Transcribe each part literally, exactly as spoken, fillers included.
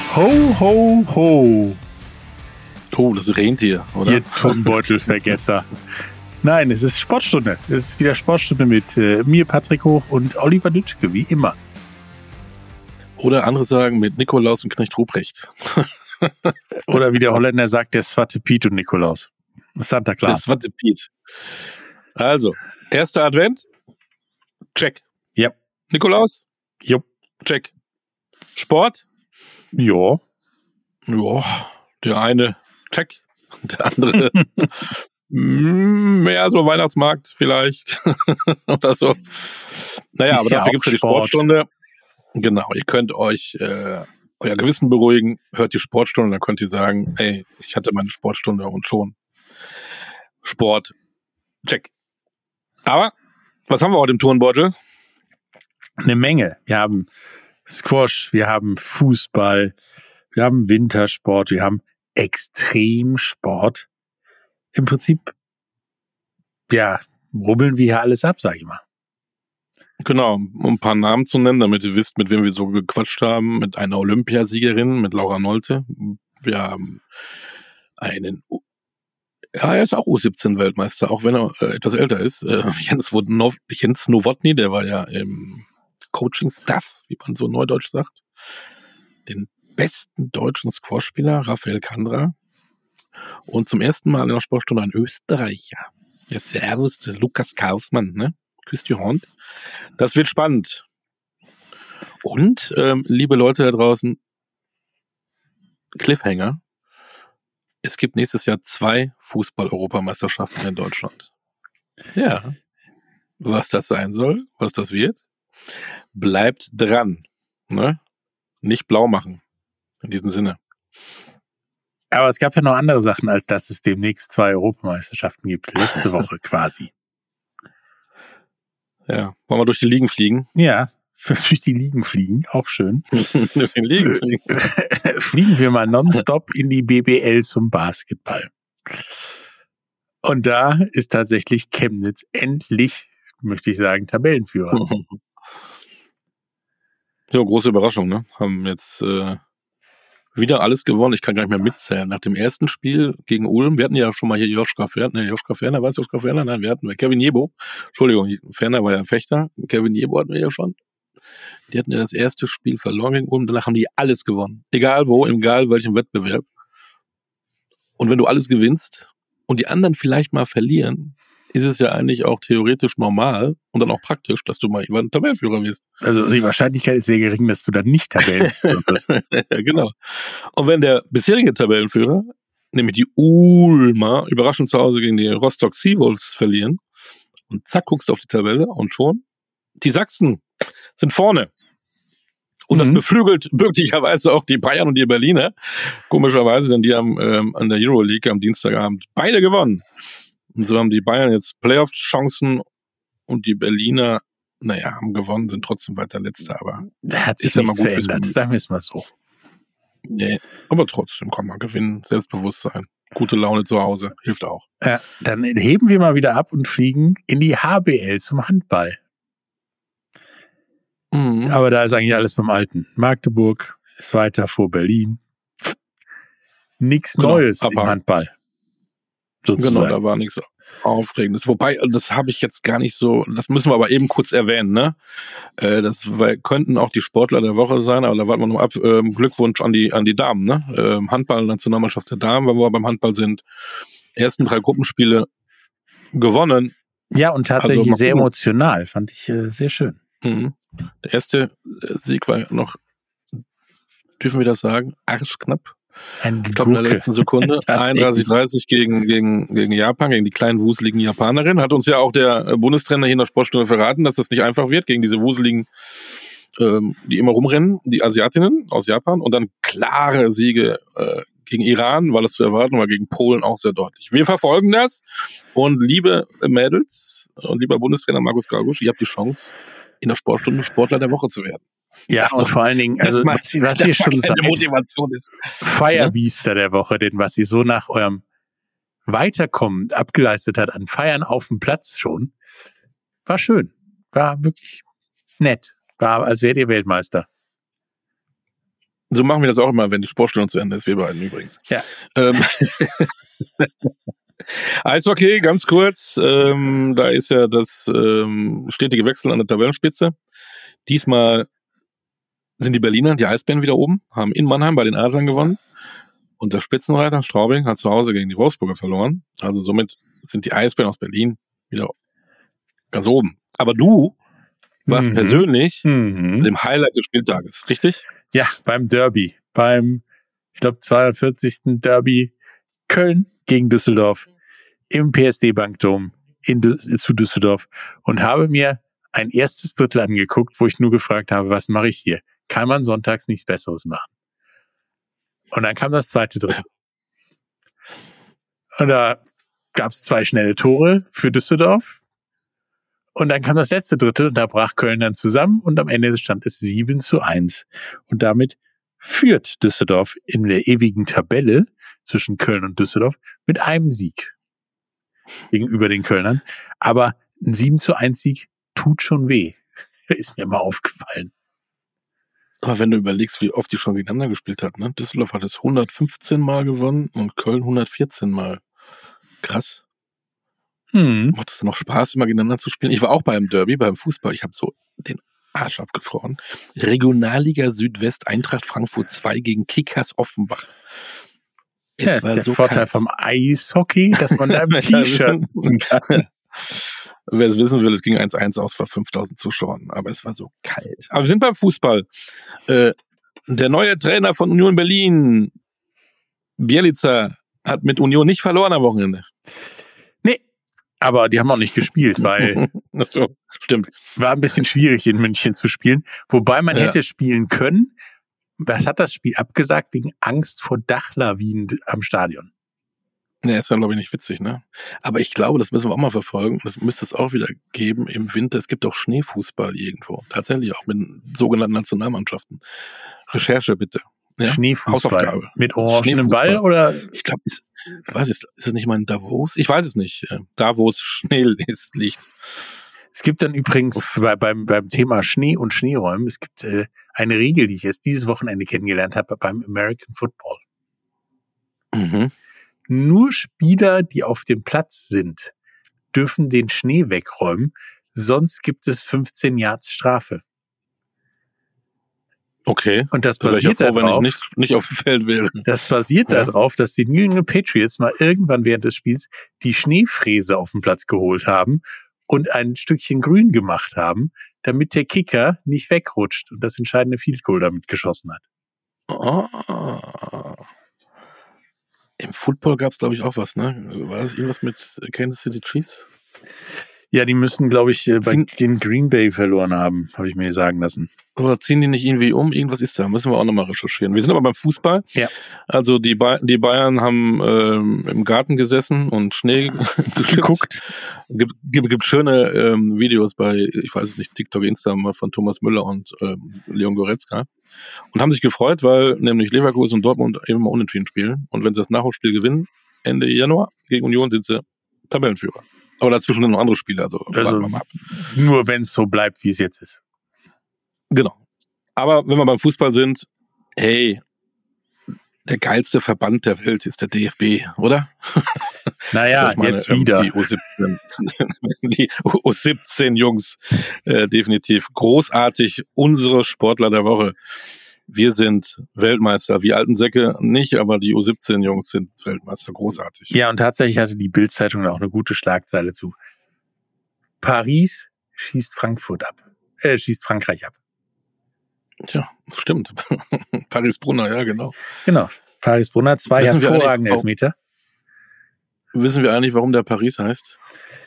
Ho, ho, ho. Oh, das Rentier, oder? Ihr Turnbeutelvergesser. Nein, es ist Sportstunde. Es ist wieder Sportstunde mit äh, mir, Patrick Hoch und Oliver Dütschke, wie immer. Oder andere sagen mit Nikolaus und Knecht Ruprecht. Oder wie der Holländer sagt, der Zwarte Piet und Nikolaus. Santa Claus. Der Zwarte Piet. Also, erster Advent, check. Ja. Nikolaus? Jupp. Check. Sport? Ja. Ja, der eine, check. Der andere, mehr so Weihnachtsmarkt vielleicht. Oder so. Naja, Ist aber ja dafür gibt es ja die Sport. Sportstunde. Genau, ihr könnt euch äh, euer Gewissen beruhigen, hört die Sportstunde, dann könnt ihr sagen, ey, ich hatte meine Sportstunde und schon Sport, check. Aber, was haben wir heute im Turnbeutel? Eine Menge. Wir haben Squash, wir haben Fußball, wir haben Wintersport, wir haben Extremsport. Im Prinzip, ja, rubbeln wir hier alles ab, sag ich mal. Genau, um ein paar Namen zu nennen, damit ihr wisst, mit wem wir so gequatscht haben. Mit einer Olympiasiegerin, mit Laura Nolte. Wir haben einen, U- ja, er ist auch U siebzehn Weltmeister, auch wenn er äh, etwas älter ist. Äh, Jens, Wodnow, Jens Nowotny, der war ja im Coaching-Staff, wie man so neudeutsch sagt. Den besten deutschen Squash-Spieler, Rafael Kandra. Und zum ersten Mal in der Sportstunde ein Österreicher. Ja, servus, der Lukas Kaufmann, ne? Küsst die Hand. Das wird spannend. Und, ähm, liebe Leute da draußen, Cliffhanger. Es gibt nächstes Jahr zwei Fußball-Europameisterschaften in Deutschland. Ja. Was das sein soll, was das wird, bleibt dran. Ne? Nicht blau machen. In diesem Sinne. Aber es gab ja noch andere Sachen, als dass es demnächst zwei Europameisterschaften gibt. Letzte Woche quasi. Ja. Wollen wir durch die Ligen fliegen? Ja, durch die Ligen fliegen, auch schön. durch die Ligen fliegen. Fliegen wir mal nonstop in die B B L zum Basketball. Und da ist tatsächlich Chemnitz endlich, möchte ich sagen, Tabellenführer. Ja, große Überraschung, ne? Haben jetzt äh, wieder alles gewonnen. Ich kann gar nicht mehr mitzählen. Nach dem ersten Spiel gegen Ulm, wir hatten ja schon mal hier Joschka Ferner, ne, Joschka Ferner, weißt du Joschka Ferner? Nein, wir hatten Kevin Jebo. Entschuldigung, Ferner war ja Fechter. Kevin Jebo hatten wir ja schon. Die hatten ja das erste Spiel verloren gegen Ulm, danach haben die alles gewonnen. Egal wo, egal welchem Wettbewerb. Und wenn du alles gewinnst und die anderen vielleicht mal verlieren, ist es ja eigentlich auch theoretisch normal und dann auch praktisch, dass du mal jemand Tabellenführer wirst. Also die Wahrscheinlichkeit ist sehr gering, dass du dann nicht Tabellenführer wirst. Ja, genau. Und wenn der bisherige Tabellenführer, nämlich die Ulmer, überraschend zu Hause gegen die Rostock Seawolves verlieren und zack, guckst du auf die Tabelle und schon die Sachsen sind vorne. Und mhm. das beflügelt möglicherweise auch die Bayern und die Berliner. Komischerweise, denn die haben ähm, an der Euroleague am Dienstagabend beide gewonnen. Und so haben die Bayern jetzt Playoff-Chancen und die Berliner, naja, haben gewonnen, sind trotzdem weiter Letzter, aber da hat sich ist ja nichts mal gut verändert, fürs sagen wir es mal so. Nee, aber trotzdem kann man gewinnen, Selbstbewusstsein, gute Laune zu Hause, hilft auch. Ja, dann heben wir mal wieder ab und fliegen in die H B L zum Handball. Mhm. Aber da ist eigentlich alles beim Alten. Magdeburg ist weiter vor Berlin. Nichts Genau, Neues aber- im Handball. Genau, Sozusagen. da war nichts Aufregendes. Wobei, das habe ich jetzt gar nicht so, das müssen wir aber eben kurz erwähnen, ne? Äh, das weil, könnten auch die Sportler der Woche sein, aber da warten wir noch ab. Ähm, Glückwunsch an die an die Damen, ne? Ähm, Handball-Nationalmannschaft der Damen, wenn wir beim Handball sind. Ersten drei Gruppenspiele gewonnen. Ja, und tatsächlich Also, mal sehr gucken. emotional. Fand ich äh, sehr schön. Mhm. Der erste äh, Sieg war noch, dürfen wir das sagen, arschknapp. Ein Ich glaube, in der Gurke. letzten Sekunde. Tatsächlich. einunddreißig dreißig gegen, gegen, gegen Japan, gegen die kleinen wuseligen Japanerinnen. Hat uns ja auch der äh, Bundestrainer hier in der Sportstunde verraten, dass das nicht einfach wird gegen diese wuseligen, ähm, die immer rumrennen, die Asiatinnen aus Japan. Und dann klare Siege äh, gegen Iran, war das zu erwarten, war gegen Polen auch sehr deutlich. Wir verfolgen das. Und liebe Mädels und lieber Bundestrainer Markus Gargusch, ihr habt die Chance, in der Sportstunde Sportler der Woche zu werden. Ja, Also, und vor allen Dingen, also, das macht, was, was das ihr macht schon keine seid, Motivation ist. Firebeaster der Woche, denn was ihr so nach eurem Weiterkommen abgeleistet hat an Feiern auf dem Platz schon, war schön. War wirklich nett. War, als wärt ihr Weltmeister. So machen wir das auch immer, wenn die Sportstunde zu Ende ist, wir beiden übrigens. Ja. Ähm, Eishockey, ganz kurz. Ähm, da ist ja das ähm, stetige Wechsel an der Tabellenspitze. Diesmal sind die Berliner, die Eisbären, wieder oben, haben in Mannheim bei den Adlern gewonnen. Und der Spitzenreiter Straubing hat zu Hause gegen die Wolfsburger verloren. Also somit sind die Eisbären aus Berlin wieder ganz oben. Aber du warst Mhm. persönlich Mhm. dem Highlight des Spieltages, richtig? Ja, beim Derby. Beim, ich glaube, zweihundertvierzigsten Derby Köln gegen Düsseldorf im P S D-Bankdom in, zu Düsseldorf und habe mir ein erstes Drittel angeguckt, wo ich nur gefragt habe, was mache ich hier? Kann man sonntags nichts Besseres machen? Und dann kam das zweite Drittel. Und da gab es zwei schnelle Tore für Düsseldorf. Und dann kam das letzte Drittel und da brach Köln dann zusammen und am Ende stand es sieben zu eins. Und damit führt Düsseldorf in der ewigen Tabelle zwischen Köln und Düsseldorf mit einem Sieg gegenüber den Kölnern. Aber ein sieben zu eins Sieg tut schon weh. Ist mir mal aufgefallen. Aber wenn du überlegst, wie oft die schon gegeneinander gespielt hat, ne? Düsseldorf hat es hundertfünfzehn Mal gewonnen und Köln hundertvierzehn Mal. Krass. Hm. Macht es noch Spaß, immer gegeneinander zu spielen? Ich war auch beim Derby, beim Fußball. Ich habe so den Arsch abgefroren. Regionalliga Südwest, Eintracht Frankfurt zwei gegen Kickers Offenbach. Es Ja, ist war der so Vorteil kalt. vom Eishockey, dass man da im T-Shirt sitzen kann. Wer es wissen will, es ging eins eins aus vor fünftausend Zuschauern, aber es war so kalt. Aber wir sind beim Fußball. Äh, der neue Trainer von Union Berlin, Bielica, hat mit Union nicht verloren am Wochenende. Nee, aber die haben auch nicht gespielt, weil Ach so, stimmt. war ein bisschen schwierig in München zu spielen. Wobei man Ja. hätte spielen können. Was hat das Spiel abgesagt? Wegen Angst vor Dachlawinen am Stadion. Ja, ist ja, glaube ich, nicht witzig, ne? Aber ich glaube, das müssen wir auch mal verfolgen. Das müsste es auch wieder geben im Winter. Es gibt auch Schneefußball irgendwo. Tatsächlich auch mit sogenannten Nationalmannschaften. Recherche bitte. Ja? Schneefußball. Hausaufgabe. Mit orangenem Schneefußball. Ball oder? Ich glaube, ist, ich weiß nicht, ist es nicht mal in Davos? Ich weiß es nicht. Da, wo es Schnee ist, liegt. Es gibt dann übrigens bei, beim, beim Thema Schnee und Schneeräumen, es gibt äh, eine Regel, die ich erst dieses Wochenende kennengelernt habe beim American Football. Mhm. Nur Spieler, die auf dem Platz sind, dürfen den Schnee wegräumen, sonst gibt es fünfzehn Yards Strafe. Okay. Und das Da wäre ich ja basiert froh, wenn ich darauf, nicht, nicht auf dem Feld wäre. das basiert Ja. darauf, dass die New England Patriots mal irgendwann während des Spiels die Schneefräse auf den Platz geholt haben und ein Stückchen grün gemacht haben, damit der Kicker nicht wegrutscht und das entscheidende Field Goal damit geschossen hat. Ah. Im Football gab es, glaube ich, auch was, ne? War das irgendwas mit Kansas City Chiefs? Ja, die müssen, glaube ich, äh, bei Ziehen- den Green Bay verloren haben, habe ich mir sagen lassen. Oder ziehen die nicht irgendwie um? Irgendwas ist da. Müssen wir auch nochmal recherchieren. Wir sind aber beim Fußball. Ja. Also die, ba- die Bayern haben ähm, im Garten gesessen und Schnee geguckt. Gibt, gibt, gibt schöne ähm, Videos bei, ich weiß es nicht, TikTok, Insta von Thomas Müller und ähm, Leon Goretzka. Und haben sich gefreut, weil nämlich Leverkusen und Dortmund eben mal unentschieden spielen. Und wenn sie das Nachholspiel gewinnen, Ende Januar gegen Union, sind sie Tabellenführer. Aber dazwischen sind noch andere Spiele. Also, Also warten wir mal ab. nur wenn es so bleibt, wie es jetzt ist. Genau. Aber wenn wir beim Fußball sind, hey, der geilste Verband der Welt ist der D F B, oder? Naja, Ich meine, jetzt ähm, wieder. Die U siebzehn, die U siebzehn Jungs, äh, definitiv großartig. Unsere Sportler der Woche. Wir sind Weltmeister. Wir alten Säcke nicht, aber die U siebzehn Jungs sind Weltmeister. Großartig. Ja, und tatsächlich hatte die Bild-Zeitung auch eine gute Schlagzeile zu. Paris schießt Frankfurt ab. Äh, schießt Frankreich ab. Tja, stimmt. Paris Brunner, ja, genau. Genau. Paris Brunner, zwei Wissen wir hervorragende eigentlich, Elfmeter. Wissen wir eigentlich, warum der Paris heißt?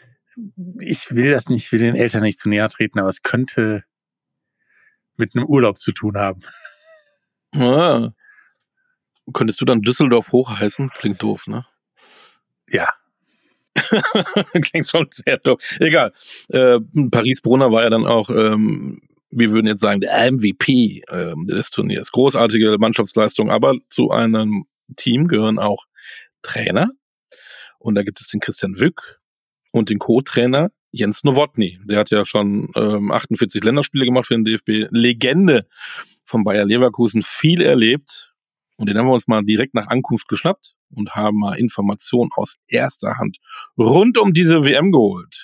Ich will das nicht, will den Eltern nicht zu näher treten, aber es könnte mit einem Urlaub zu tun haben. Ah. Könntest du dann Düsseldorf hochheißen? Klingt doof, ne? Ja. Klingt schon sehr doof. Egal. Äh, Paris Brunner war ja dann auch, ähm, wir würden jetzt sagen, der M V P ähm, des Turniers. Großartige Mannschaftsleistung, aber zu einem Team gehören auch Trainer. Und da gibt es den Christian Wück und den Co-Trainer Jens Nowotny. Der hat ja schon ähm, achtundvierzig Länderspiele gemacht für den D F B. Legende von Bayer Leverkusen viel erlebt und den haben wir uns mal direkt nach Ankunft geschnappt und haben mal Informationen aus erster Hand rund um diese W M geholt.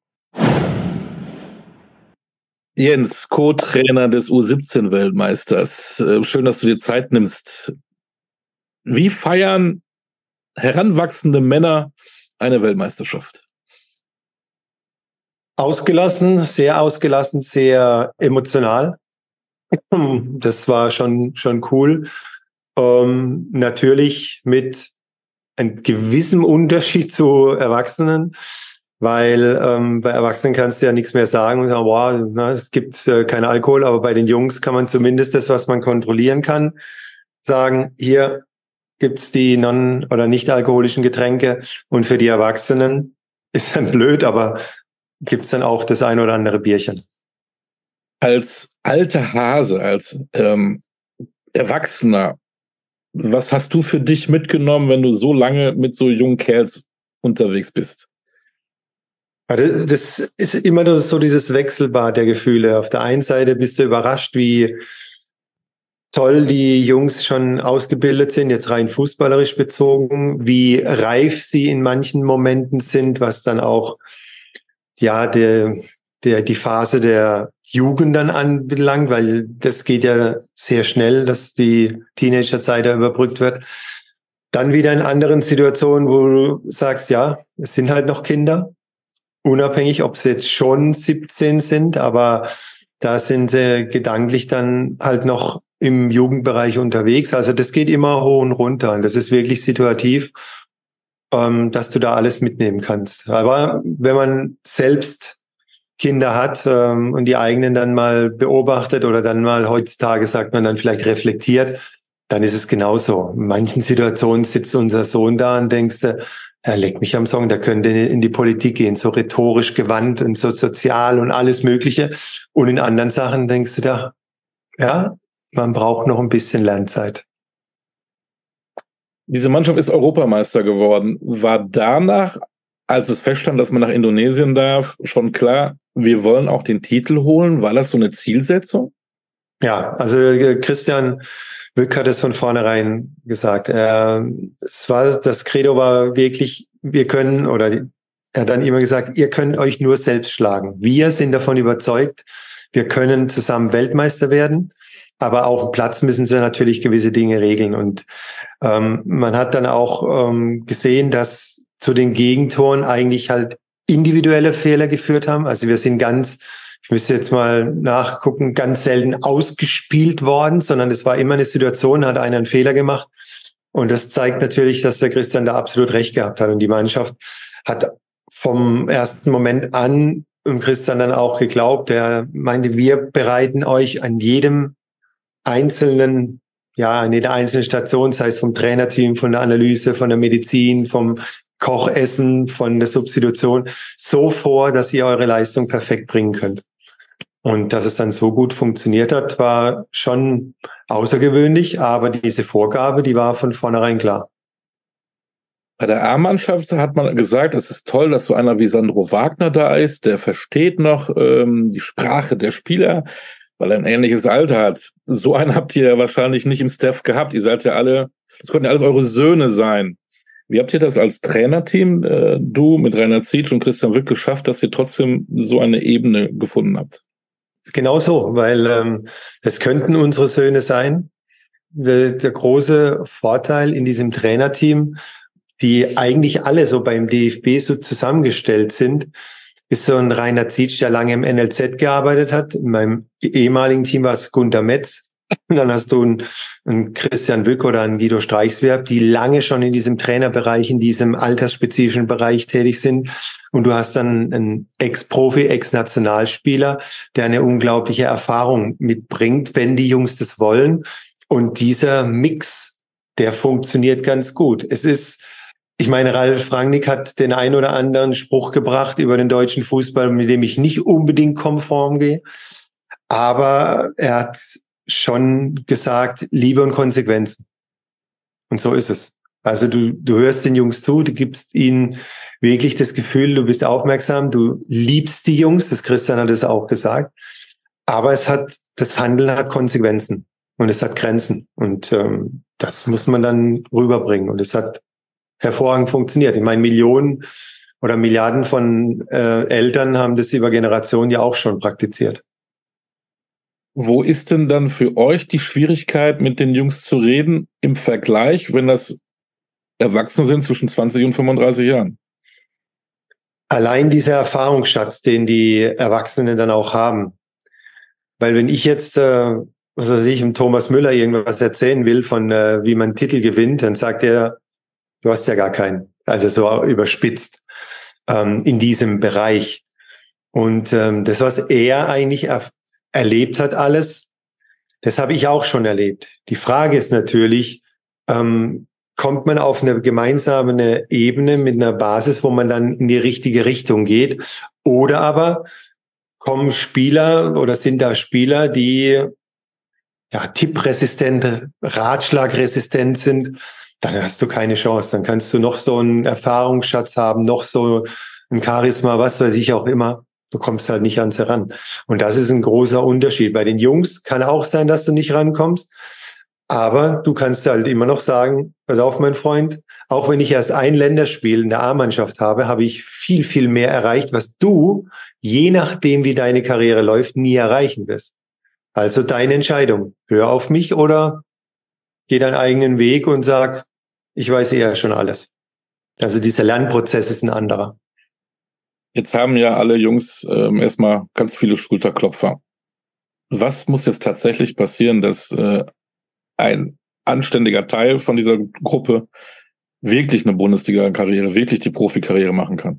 Jens, Co-Trainer des U siebzehn Weltmeisters. Schön, dass du dir Zeit nimmst. Wie feiern heranwachsende Männer eine Weltmeisterschaft? Ausgelassen, sehr ausgelassen, sehr emotional. Das war schon, schon cool. Ähm, natürlich mit einem gewissen Unterschied zu Erwachsenen, weil ähm, bei Erwachsenen kannst du ja nichts mehr sagen und sagen, wow, na, es gibt äh, keinen Alkohol, aber bei den Jungs kann man zumindest das, was man kontrollieren kann, sagen, hier gibt's die non- oder nicht alkoholischen Getränke und für die Erwachsenen ist dann blöd, aber gibt's dann auch das ein oder andere Bierchen. Als alter Hase, als ähm, Erwachsener, was hast du für dich mitgenommen, wenn du so lange mit so jungen Kerls unterwegs bist? Das ist immer so dieses Wechselbad der Gefühle. Auf der einen Seite bist du überrascht, wie toll die Jungs schon ausgebildet sind, jetzt rein fußballerisch bezogen, wie reif sie in manchen Momenten sind, was dann auch ja der, der die Phase der Jugend dann anbelangt, weil das geht ja sehr schnell, dass die Teenagerzeit da überbrückt wird. Dann wieder in anderen Situationen, wo du sagst, ja, es sind halt noch Kinder, unabhängig, ob sie jetzt schon siebzehn sind, aber da sind sie gedanklich dann halt noch im Jugendbereich unterwegs. Also das geht immer hoch und runter und das ist wirklich situativ, ähm, dass du da alles mitnehmen kannst. Aber wenn man selbst Kinder hat ähm, und die eigenen dann mal beobachtet oder dann mal heutzutage, sagt man dann vielleicht reflektiert, dann ist es genauso. In manchen Situationen sitzt unser Sohn da und denkst du, er leckt mich am Song, der könnte in die Politik gehen, so rhetorisch gewandt und so sozial und alles Mögliche. Und in anderen Sachen denkst du da, ja, man braucht noch ein bisschen Lernzeit. Diese Mannschaft ist Europameister geworden. War danach, als es feststand, dass man nach Indonesien darf, schon klar, wir wollen auch den Titel holen? War das so eine Zielsetzung? Ja, also Christian Wück hat es von vornherein gesagt. Er, es war, das Credo war wirklich, wir können, oder er hat dann immer gesagt, ihr könnt euch nur selbst schlagen. Wir sind davon überzeugt, wir können zusammen Weltmeister werden, aber auf dem Platz müssen sie natürlich gewisse Dinge regeln. Und ähm, man hat dann auch ähm, gesehen, dass zu den Gegentoren eigentlich halt individuelle Fehler geführt haben. Also wir sind ganz, ich müsste jetzt mal nachgucken, ganz selten ausgespielt worden, sondern es war immer eine Situation, hat einer einen Fehler gemacht. Und das zeigt natürlich, dass der Christian da absolut recht gehabt hat. Und die Mannschaft hat vom ersten Moment an und Christian dann auch geglaubt, er meinte, wir bereiten euch an jedem einzelnen, ja, an jeder einzelnen Station, sei es vom Trainerteam, von der Analyse, von der Medizin, vom Kochessen, von der Substitution, so vor, dass ihr eure Leistung perfekt bringen könnt. Und dass es dann so gut funktioniert hat, war schon außergewöhnlich, aber diese Vorgabe, die war von vornherein klar. Bei der A-Mannschaft hat man gesagt, es ist toll, dass so einer wie Sandro Wagner da ist, der versteht noch ähm, die Sprache der Spieler, weil er ein ähnliches Alter hat. So einen habt ihr ja wahrscheinlich nicht im Staff gehabt. Ihr seid ja alle, das konnten ja alles eure Söhne sein. Wie habt ihr das als Trainerteam, äh, du mit Rainer Zietsch und Christian Wück, geschafft, dass ihr trotzdem so eine Ebene gefunden habt? Genau so, weil ähm, es könnten unsere Söhne sein. Der, der große Vorteil in diesem Trainerteam, die eigentlich alle so beim D F B so zusammengestellt sind, ist so ein Rainer Zietsch, der lange im N L Z gearbeitet hat. In meinem ehemaligen Team war es Gunter Metz. Und dann hast du einen, einen Christian Wück oder einen Guido Streichswerb, die lange schon in diesem Trainerbereich, in diesem altersspezifischen Bereich tätig sind. Und du hast dann einen Ex-Profi, Ex-Nationalspieler, der eine unglaubliche Erfahrung mitbringt, wenn die Jungs das wollen. Und dieser Mix, der funktioniert ganz gut. Es ist, ich meine, Ralf Rangnick hat den ein oder anderen Spruch gebracht über den deutschen Fußball, mit dem ich nicht unbedingt konform gehe. Aber er hat schon gesagt, Liebe und Konsequenzen. Und so ist es. Also du, du hörst den Jungs zu, du gibst ihnen wirklich das Gefühl, du bist aufmerksam, du liebst die Jungs, das Christian hat es auch gesagt. Aber es hat, das Handeln hat Konsequenzen. und es hat Grenzen. Und ähm, das muss man dann rüberbringen. Und es hat hervorragend funktioniert. Ich meine, Millionen oder Milliarden von äh, Eltern haben das über Generationen ja auch schon praktiziert. Wo ist denn dann für euch die Schwierigkeit, mit den Jungs zu reden im Vergleich, wenn das Erwachsene sind zwischen zwanzig und fünfunddreißig Jahren? Allein dieser Erfahrungsschatz, den die Erwachsenen dann auch haben. Weil wenn ich jetzt, äh, was weiß ich, dem Thomas Müller irgendwas erzählen will von, äh, wie man Titel gewinnt, dann sagt er, du hast ja gar keinen. Also so überspitzt ähm, in diesem Bereich. Und ähm, das, was er eigentlich er erlebt hat alles, das habe ich auch schon erlebt. Die Frage ist natürlich, ähm, kommt man auf eine gemeinsame Ebene mit einer Basis, wo man dann in die richtige Richtung geht? Oder aber kommen Spieler oder sind da Spieler, die ja tippresistent, ratschlagresistent sind, dann hast du keine Chance. Dann kannst du noch so einen Erfahrungsschatz haben, noch so ein Charisma, was weiß ich auch immer. Du kommst halt nicht ans heran. Und das ist ein großer Unterschied. Bei den Jungs kann auch sein, dass du nicht rankommst. Aber du kannst halt immer noch sagen, pass auf, mein Freund, auch wenn ich erst ein Länderspiel in der A-Mannschaft habe, habe ich viel, viel mehr erreicht, was du, je nachdem, wie deine Karriere läuft, nie erreichen wirst. Also deine Entscheidung. Hör auf mich oder geh deinen eigenen Weg und sag, ich weiß eher schon alles. Also dieser Lernprozess ist ein anderer. Jetzt haben ja alle Jungs ähm, erstmal ganz viele Schulterklopfer. Was muss jetzt tatsächlich passieren, dass äh, ein anständiger Teil von dieser Gruppe wirklich eine Bundesliga-Karriere, wirklich die Profikarriere machen kann?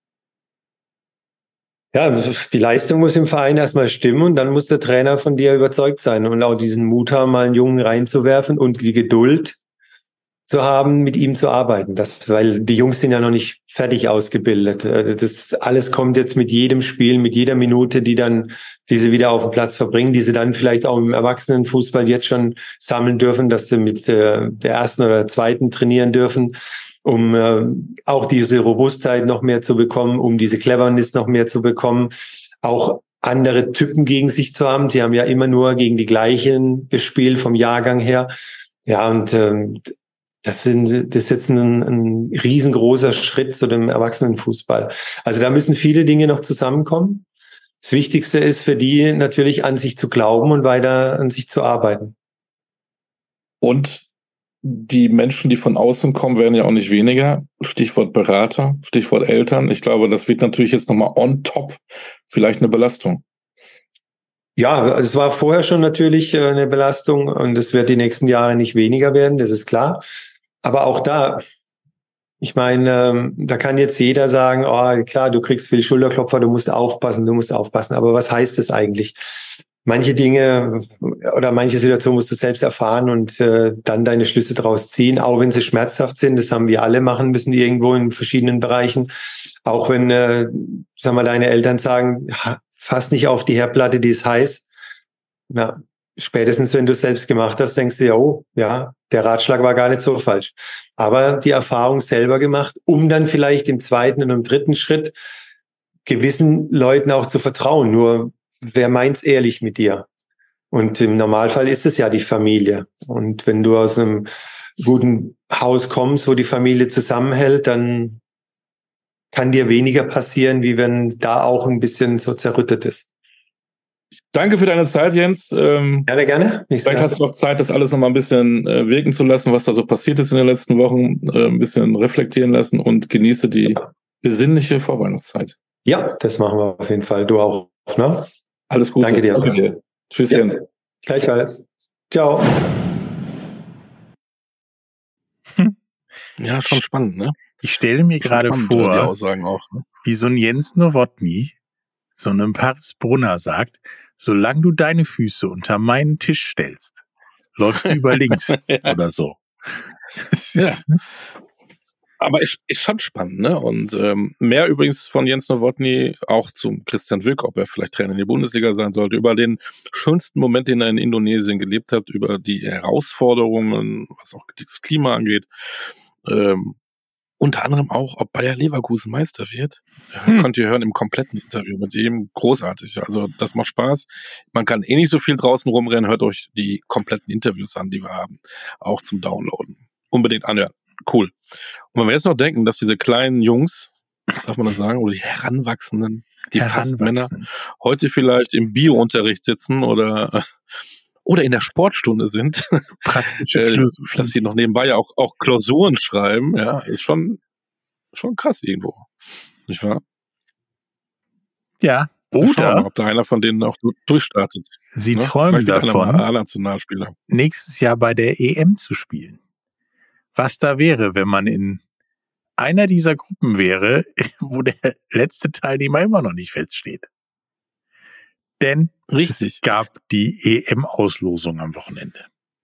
Ja, die Leistung muss im Verein erstmal stimmen und dann muss der Trainer von dir überzeugt sein und auch diesen Mut haben, mal einen Jungen reinzuwerfen und die Geduld zu haben, mit ihm zu arbeiten. Das, weil die Jungs sind ja noch nicht fertig ausgebildet. Das alles kommt jetzt mit jedem Spiel, mit jeder Minute, die dann diese wieder auf dem Platz verbringen, die sie dann vielleicht auch im Erwachsenenfußball jetzt schon sammeln dürfen, dass sie mit äh, der ersten oder der zweiten trainieren dürfen, um äh, auch diese Robustheit noch mehr zu bekommen, um diese Cleverness noch mehr zu bekommen, auch andere Typen gegen sich zu haben. Sie haben ja immer nur gegen die gleichen gespielt vom Jahrgang her. Ja, und ähm, Das, sind, das ist jetzt ein, ein riesengroßer Schritt zu dem Erwachsenenfußball. Also da müssen viele Dinge noch zusammenkommen. Das Wichtigste ist für die natürlich, an sich zu glauben und weiter an sich zu arbeiten. Und die Menschen, die von außen kommen, werden ja auch nicht weniger. Stichwort Berater, Stichwort Eltern. Ich glaube, das wird natürlich jetzt nochmal on top vielleicht eine Belastung. Ja, es war vorher schon natürlich eine Belastung und es wird die nächsten Jahre nicht weniger werden, das ist klar. Aber auch da, ich meine, da kann jetzt jeder sagen, oh klar, du kriegst viel Schulterklopfer, du musst aufpassen, du musst aufpassen. Aber was heißt das eigentlich? Manche Dinge oder manche Situationen musst du selbst erfahren und äh, dann deine Schlüsse draus ziehen, auch wenn sie schmerzhaft sind. Das haben wir alle machen müssen irgendwo in verschiedenen Bereichen. Auch wenn, äh, sag mal, deine Eltern sagen, fass nicht auf die Herdplatte, die ist heiß. Na, spätestens wenn du es selbst gemacht hast, denkst du ja, oh, ja, der Ratschlag war gar nicht so falsch. Aber die Erfahrung selber gemacht, um dann vielleicht im zweiten und im dritten Schritt gewissen Leuten auch zu vertrauen. Nur, wer meint's ehrlich mit dir? Und im Normalfall ist es ja die Familie. Und wenn du aus einem guten Haus kommst, wo die Familie zusammenhält, dann kann dir weniger passieren, wie wenn da auch ein bisschen so zerrüttet ist. Danke für deine Zeit, Jens. Ähm, gerne, gerne. Nicht vielleicht hast du noch Zeit, das alles noch mal ein bisschen äh, wirken zu lassen, was da so passiert ist in den letzten Wochen, äh, ein bisschen reflektieren lassen und genieße die besinnliche Vorweihnachtszeit. Ja, das machen wir auf jeden Fall. Du auch, ne? Alles Gute. Danke dir. Danke dir. Tschüss, ja. Jens. Gleichfalls. Ciao. Hm. Ja, schon spannend, ne? Ich stelle mir gerade vor, die Aussagen auch, ne? Wie so ein Jens Nowotny so einem Paris Brunner sagt, solange du deine Füße unter meinen Tisch stellst, läufst du über links ja. oder so. Das ist, ja. Aber ist, ist schon spannend, ne? Und ähm, mehr übrigens von Jens Nowotny, auch zum Christian Wilk, ob er vielleicht Trainer in der Bundesliga sein sollte, über den schönsten Moment, den er in Indonesien gelebt hat, über die Herausforderungen, was auch das Klima angeht. Ähm, unter anderem auch, ob Bayer Leverkusen Meister wird. Hm. Könnt ihr hören im kompletten Interview mit ihm. Großartig. Also das macht Spaß. Man kann eh nicht so viel draußen rumrennen. Hört euch die kompletten Interviews an, die wir haben. Auch zum Downloaden. Unbedingt anhören. Cool. Und wenn wir jetzt noch denken, dass diese kleinen Jungs, darf man das sagen, oder die Heranwachsenden, die fast Männer, heute vielleicht im Biounterricht sitzen oder oder in der Sportstunde sind, Praktische äh, Philosophie. dass sie noch nebenbei ja auch, auch Klausuren schreiben, ja, ist schon, schon krass irgendwo. Nicht wahr? Ja, Schauen wir mal, oder ob da einer von denen auch du- durchstartet. sie Ne? träumen Vielleicht wird einer mal davon, A-Nationalspieler. nächstes Jahr bei der E M zu spielen. Was da wäre, wenn man in einer dieser Gruppen wäre, wo der letzte Teilnehmer immer noch nicht feststeht. Denn Richtig. es gab die E M-Auslosung am Wochenende.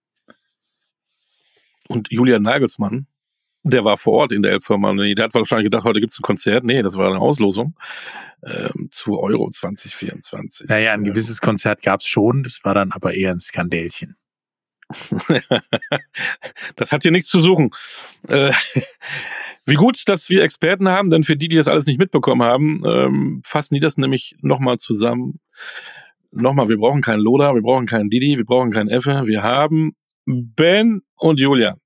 Und Julian Nagelsmann, der war vor Ort in der Elbphilharmonie. Der hat wahrscheinlich gedacht, heute gibt's ein Konzert. Nee, das war eine Auslosung ähm, zu Euro zwanzig vierundzwanzig. Naja, ein gewisses Konzert gab's schon, das war dann aber eher ein Skandälchen. Das hat hier nichts zu suchen. Äh, wie gut, dass wir Experten haben, denn für die, die das alles nicht mitbekommen haben, ähm, fassen die das nämlich nochmal zusammen. Nochmal, wir brauchen keinen Lola, wir brauchen keinen Didi, wir brauchen keinen Effe. Wir haben Ben und Julia.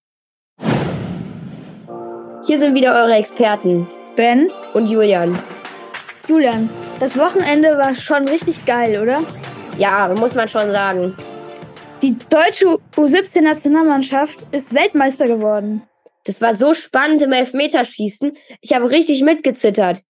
Hier sind wieder eure Experten, Ben, und Julian. Julian, das Wochenende war schon richtig geil, oder? Ja, muss man schon sagen. Die deutsche U siebzehn-Nationalmannschaft ist Weltmeister geworden. Das war so spannend im Elfmeterschießen. Ich habe richtig mitgezittert.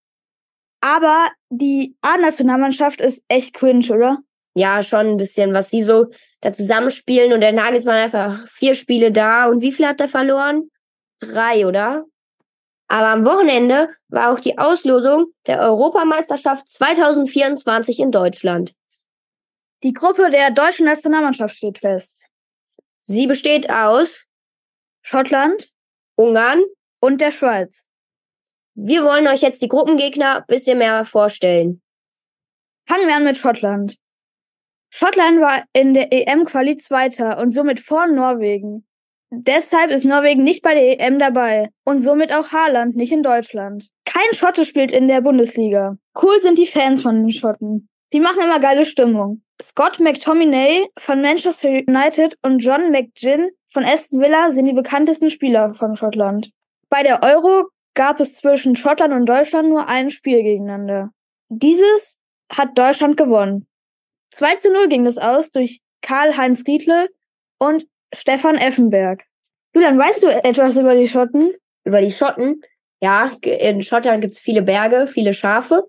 Aber die A-Nationalmannschaft ist echt cringe, oder? Ja, schon ein bisschen, was die so da zusammenspielen. Und der Nagelsmann einfach vier Spiele da. Und wie viel hat er verloren? Drei, oder? Aber am Wochenende war auch die Auslosung der Europameisterschaft zwanzig vierundzwanzig in Deutschland. Die Gruppe der deutschen Nationalmannschaft steht fest. Sie besteht aus Schottland Ungarn. und der Schweiz. Wir wollen euch jetzt die Gruppengegner ein bisschen mehr vorstellen. Fangen wir an mit Schottland. Schottland war in der E M-Quali Zweiter und somit vor Norwegen. Deshalb ist Norwegen nicht bei der E M dabei und somit auch Haaland nicht in Deutschland. Kein Schotte spielt in der Bundesliga. Cool sind die Fans von den Schotten. Die machen immer geile Stimmung. Scott McTominay von Manchester United und John McGinn von Aston Villa sind die bekanntesten Spieler von Schottland. Bei der Euro gab es zwischen Schottland und Deutschland nur ein Spiel gegeneinander. Dieses hat Deutschland gewonnen. zwei zu null ging es aus durch Karl-Heinz Riedle und Stefan Effenberg. Julian, weißt du etwas über die Schotten? Über die Schotten? Ja, in Schottland gibt es viele Berge, viele Schafe.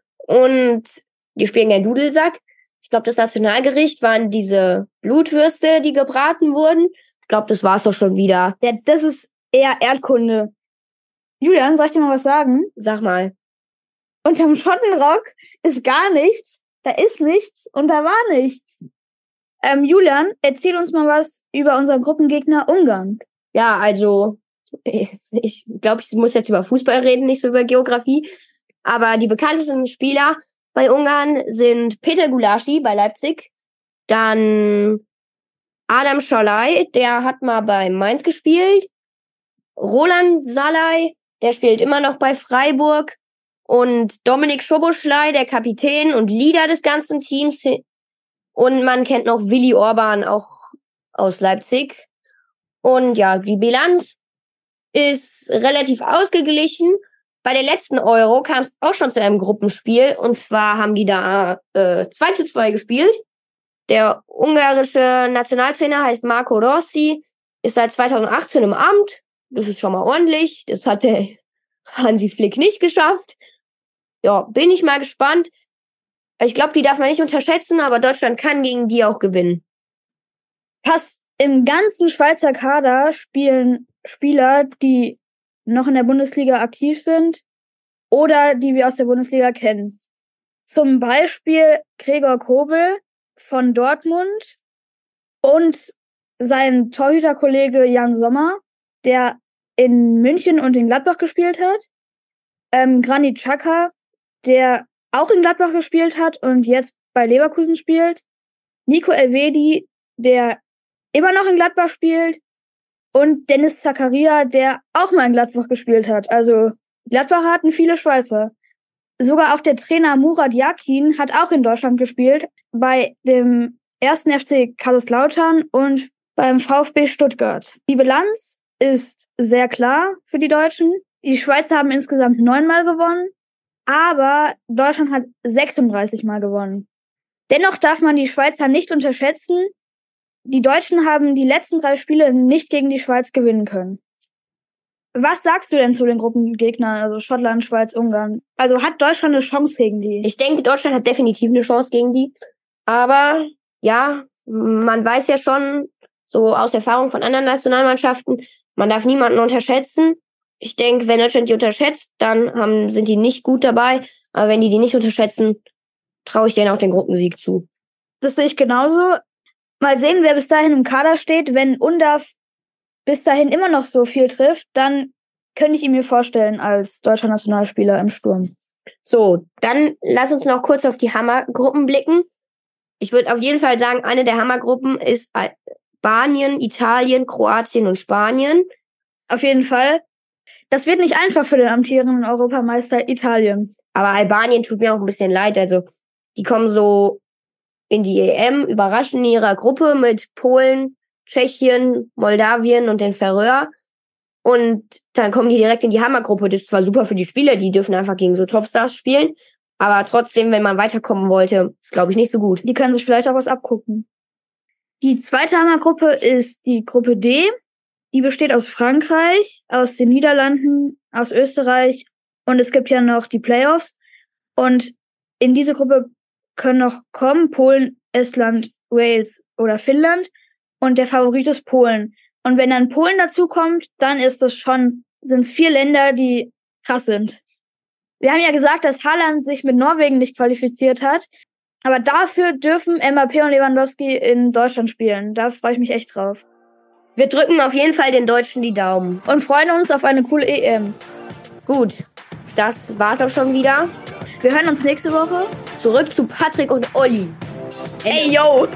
Und die spielen gern Dudelsack. Ich glaube, das Nationalgericht waren diese Blutwürste, die gebraten wurden. Ich glaube, das war's doch schon wieder. Ja, das ist eher Erdkunde. Julian, soll ich dir mal was sagen? Sag mal. Unterm Schottenrock ist gar nichts, da ist nichts und da war nichts. Ähm, Julian, erzähl uns mal was über unseren Gruppengegner Ungarn. Ja, also, ich, ich glaube, ich muss jetzt über Fußball reden, nicht so über Geografie. Aber die bekanntesten Spieler bei Ungarn sind Peter Gulaschi bei Leipzig, dann Adam Szalai, der hat mal bei Mainz gespielt, Roland Salai, der spielt immer noch bei Freiburg, und Dominik Szoboszlai, der Kapitän und Leader des ganzen Teams. Und man kennt noch Willi Orban, auch aus Leipzig. Und ja, die Bilanz ist relativ ausgeglichen. Bei der letzten Euro kam es auch schon zu einem Gruppenspiel. Und zwar haben die da äh, zwei zu zwei gespielt. Der ungarische Nationaltrainer heißt Marco Rossi, ist seit zweitausendachtzehn im Amt. Das ist schon mal ordentlich. Das hat der Hansi Flick nicht geschafft. Ja, bin ich mal gespannt. Ich glaube, die darf man nicht unterschätzen, aber Deutschland kann gegen die auch gewinnen. Fast im ganzen Schweizer Kader spielen Spieler, die noch in der Bundesliga aktiv sind oder die wir aus der Bundesliga kennen. Zum Beispiel Gregor Kobel von Dortmund und sein Torhüterkollege Jan Sommer, der in München und in Gladbach gespielt hat. Ähm, Granit Xhaka, der auch in Gladbach gespielt hat und jetzt bei Leverkusen spielt. Nico Elvedi, der immer noch in Gladbach spielt. und Dennis Zakaria, der auch mal in Gladbach gespielt hat. Also Gladbacher hatten viele Schweizer. Sogar auch der Trainer Murat Yakin hat auch in Deutschland gespielt, bei dem ersten F C Kaiserslautern und beim VfB Stuttgart. Die Bilanz ist sehr klar für die Deutschen. Die Schweizer haben insgesamt neunmal gewonnen, aber Deutschland hat sechsunddreißig Mal gewonnen. Dennoch darf man die Schweizer nicht unterschätzen. Die Deutschen haben die letzten drei Spiele nicht gegen die Schweiz gewinnen können. Was sagst du denn zu den Gruppengegnern, also Schottland, Schweiz, Ungarn? Also hat Deutschland eine Chance gegen die? Ich denke, Deutschland hat definitiv eine Chance gegen die. Aber ja, man weiß ja schon, so aus Erfahrung von anderen Nationalmannschaften, man darf niemanden unterschätzen. Ich denke, wenn Deutschland die unterschätzt, dann haben, sind die nicht gut dabei. Aber wenn die die nicht unterschätzen, traue ich denen auch den Gruppensieg zu. Das sehe ich genauso. Mal sehen, wer bis dahin im Kader steht. Wenn Undav bis dahin immer noch so viel trifft, dann könnte ich ihn mir vorstellen als deutscher Nationalspieler im Sturm. So, dann lass uns noch kurz auf die Hammergruppen blicken. Ich würde auf jeden Fall sagen, eine der Hammergruppen ist Albanien, Italien, Kroatien und Spanien. Auf jeden Fall. Das wird nicht einfach für den amtierenden Europameister Italien. Aber Albanien tut mir auch ein bisschen leid. Also, die kommen so in die E M, überraschen in ihrer Gruppe mit Polen, Tschechien, Moldawien und den Färöer. Und dann kommen die direkt in die Hammergruppe. Das ist zwar super für die Spieler, die dürfen einfach gegen so Topstars spielen. Aber trotzdem, wenn man weiterkommen wollte, ist, glaube ich, nicht so gut. Die können sich vielleicht auch was abgucken. Die zweite Hammergruppe ist die Gruppe D. Die besteht aus Frankreich, aus den Niederlanden, aus Österreich und es gibt ja noch die Playoffs. Und in diese Gruppe können noch kommen Polen, Estland, Wales oder Finnland. Und der Favorit ist Polen. Und wenn dann Polen dazukommt, dann ist es schon, sind es vier Länder, die krass sind. Wir haben ja gesagt, dass Haaland sich mit Norwegen nicht qualifiziert hat. Aber dafür dürfen M A P und Lewandowski in Deutschland spielen. Da freue ich mich echt drauf. Wir drücken auf jeden Fall den Deutschen die Daumen. Und freuen uns auf eine coole E M. Gut, das war's auch schon wieder. Wir hören uns nächste Woche. Zurück zu Patrick und Olli. Hey, yo!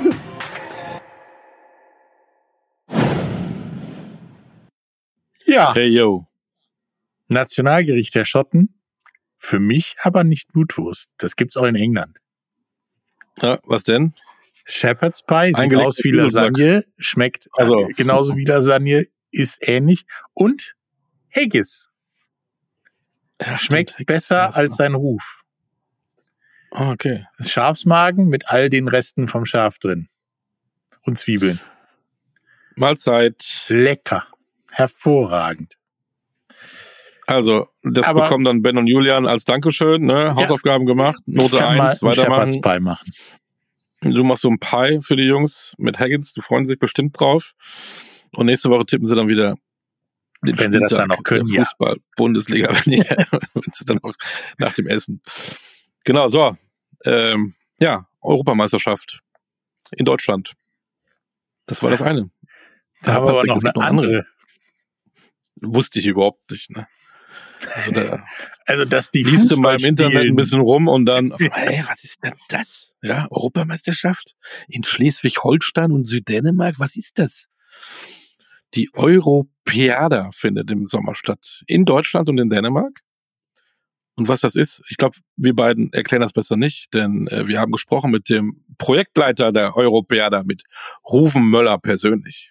Ja. Hey, yo. Nationalgericht der Schotten. Für mich aber nicht Blutwurst. Das gibt's auch in England. Ja, was denn? Shepherd's Pie sieht Eingelegte aus wie Lasagne, schmeckt Also. äh, genauso wie Lasagne, ist ähnlich. Und Haggis Ja, schmeckt stimmt. besser Ja, als sein Ruf. Ah, okay. Schafsmagen mit all den Resten vom Schaf drin. Und Zwiebeln. Mahlzeit. Lecker. Hervorragend. Also, das Aber- bekommen dann Ben und Julian als Dankeschön, ne? Hausaufgaben gemacht, Note ich kann mal eins, einen Shepherd's weitermachen. Pie machen. Du machst so ein Pie für die Jungs mit Haggins, die freuen sich bestimmt drauf. Und nächste Woche tippen sie dann wieder den Wenn sie das dann Spieltag noch können, der ja. Fußball-Bundesliga, wenn, die, wenn sie dann noch nach dem Essen. Genau, so. Ähm, ja, Europameisterschaft in Deutschland. Das war das eine. Da haben wir aber Patrick, noch es eine gibt andere. Wusste ich überhaupt nicht, ne? Also da Also, dass die liest du mal im Fußball Internet ein spielen. bisschen rum und dann, hey, was ist denn das? Ja, Europameisterschaft in Schleswig-Holstein und Süddänemark, was ist das? Die Europäada findet im Sommer statt. In Deutschland und in Dänemark. Und was das ist, ich glaube, wir beiden erklären das besser nicht, denn äh, wir haben gesprochen mit dem Projektleiter der Europäada, mit Ruven Möller persönlich.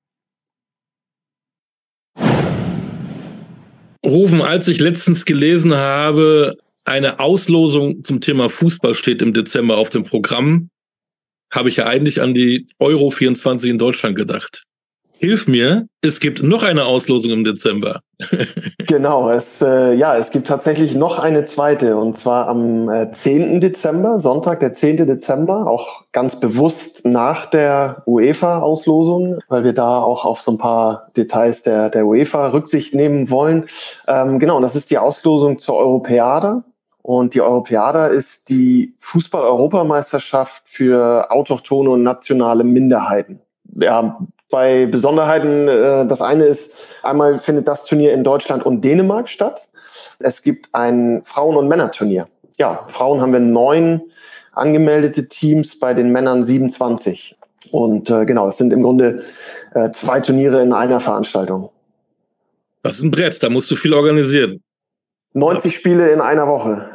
Rufen, als ich letztens gelesen habe, eine Auslosung zum Thema Fußball steht im Dezember auf dem Programm, habe ich ja eigentlich an die Euro vierundzwanzig in Deutschland gedacht. Hilf mir, es gibt noch eine Auslosung im Dezember. Genau, es, äh, ja, es gibt tatsächlich noch eine zweite, und zwar am äh, zehnten Dezember, Sonntag, der zehnte Dezember, auch ganz bewusst nach der UEFA-Auslosung, weil wir da auch auf so ein paar Details der, der UEFA Rücksicht nehmen wollen. Ähm, genau, und das ist die Auslosung zur Europäada. Und die Europäada ist die Fußball-Europameisterschaft für autochthone und nationale Minderheiten. Ja, bei Besonderheiten, äh, das eine ist, einmal findet das Turnier in Deutschland und Dänemark statt. Es gibt ein Frauen- und Männerturnier. Ja, Frauen haben wir neun angemeldete Teams, bei den Männern siebenundzwanzig. Und äh, genau, das sind im Grunde äh, zwei Turniere in einer Veranstaltung. Das ist ein Brett, da musst du viel organisieren. neunzig Spiele in einer Woche.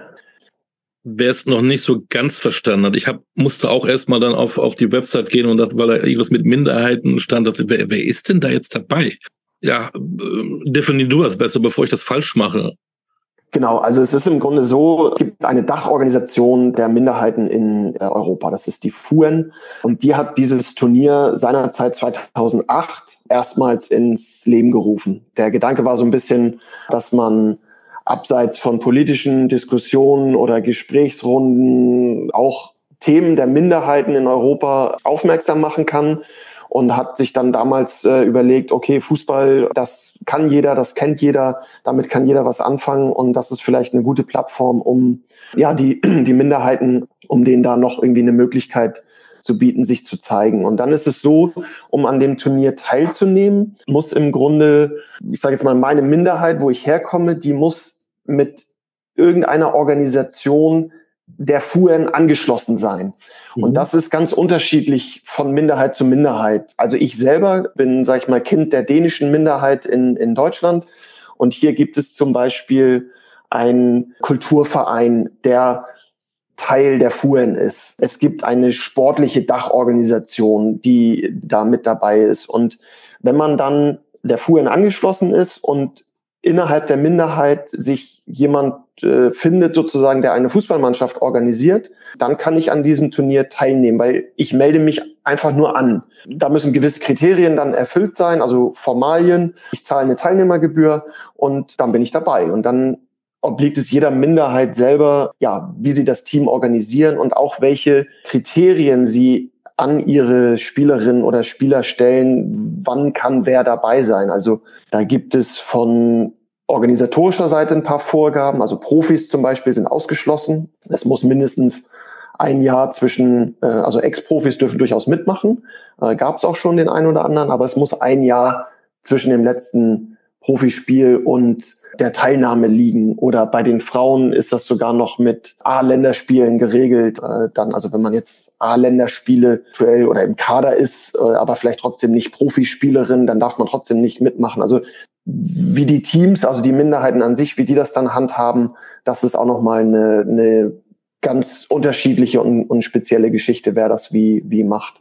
Wer es noch nicht so ganz verstanden hat, ich hab, musste auch erstmal dann auf, auf die Website gehen und dachte, weil da irgendwas mit Minderheiten stand, dachte, wer, wer ist denn da jetzt dabei? Ja, äh, definier du das besser, bevor ich das falsch mache. Genau, also es ist im Grunde so, es gibt eine Dachorganisation der Minderheiten in äh, Europa, das ist die F U E N, und die hat dieses Turnier seinerzeit zweitausendacht erstmals ins Leben gerufen. Der Gedanke war so ein bisschen, dass man abseits von politischen Diskussionen oder Gesprächsrunden auch Themen der Minderheiten in Europa aufmerksam machen kann. Und hat sich dann damals äh, überlegt, okay, Fußball, das kann jeder, das kennt jeder, damit kann jeder was anfangen und das ist vielleicht eine gute Plattform, um ja die die Minderheiten, um denen da noch irgendwie eine Möglichkeit zu bieten, sich zu zeigen. Und dann ist es so, um an dem Turnier teilzunehmen, muss im Grunde, ich sage jetzt mal, meine Minderheit, wo ich herkomme, die muss mit irgendeiner Organisation der F U E N angeschlossen sein. Mhm. Und das ist ganz unterschiedlich von Minderheit zu Minderheit. Also ich selber bin, sag ich mal, Kind der dänischen Minderheit in, in Deutschland. Und hier gibt es zum Beispiel einen Kulturverein, der Teil der F U E N ist. Es gibt eine sportliche Dachorganisation, die da mit dabei ist. Und wenn man dann der F U E N angeschlossen ist und innerhalb der Minderheit sich jemand äh, findet, sozusagen, der eine Fußballmannschaft organisiert, dann kann ich an diesem Turnier teilnehmen, weil ich melde mich einfach nur an. Da müssen gewisse Kriterien dann erfüllt sein, also Formalien. Ich zahle eine Teilnehmergebühr und dann bin ich dabei. Und dann obliegt es jeder Minderheit selber, ja, wie sie das Team organisieren und auch welche Kriterien sie an ihre Spielerinnen oder Spieler stellen, wann kann wer dabei sein. Also da gibt es von organisatorischer Seite ein paar Vorgaben. Also Profis zum Beispiel sind ausgeschlossen. Es muss mindestens ein Jahr zwischen, äh, also Ex-Profis dürfen durchaus mitmachen. Äh, gab es auch schon den einen oder anderen, aber es muss ein Jahr zwischen dem letzten Profispiel und der Teilnahme liegen. Oder bei den Frauen ist das sogar noch mit A-Länderspielen geregelt. Äh, dann, also wenn man jetzt A-Länderspiele aktuell oder im Kader ist, äh, aber vielleicht trotzdem nicht Profispielerin, dann darf man trotzdem nicht mitmachen. Also wie die Teams, also die Minderheiten an sich, wie die das dann handhaben, das ist auch nochmal eine, eine ganz unterschiedliche und, und spezielle Geschichte, wer das wie, wie macht.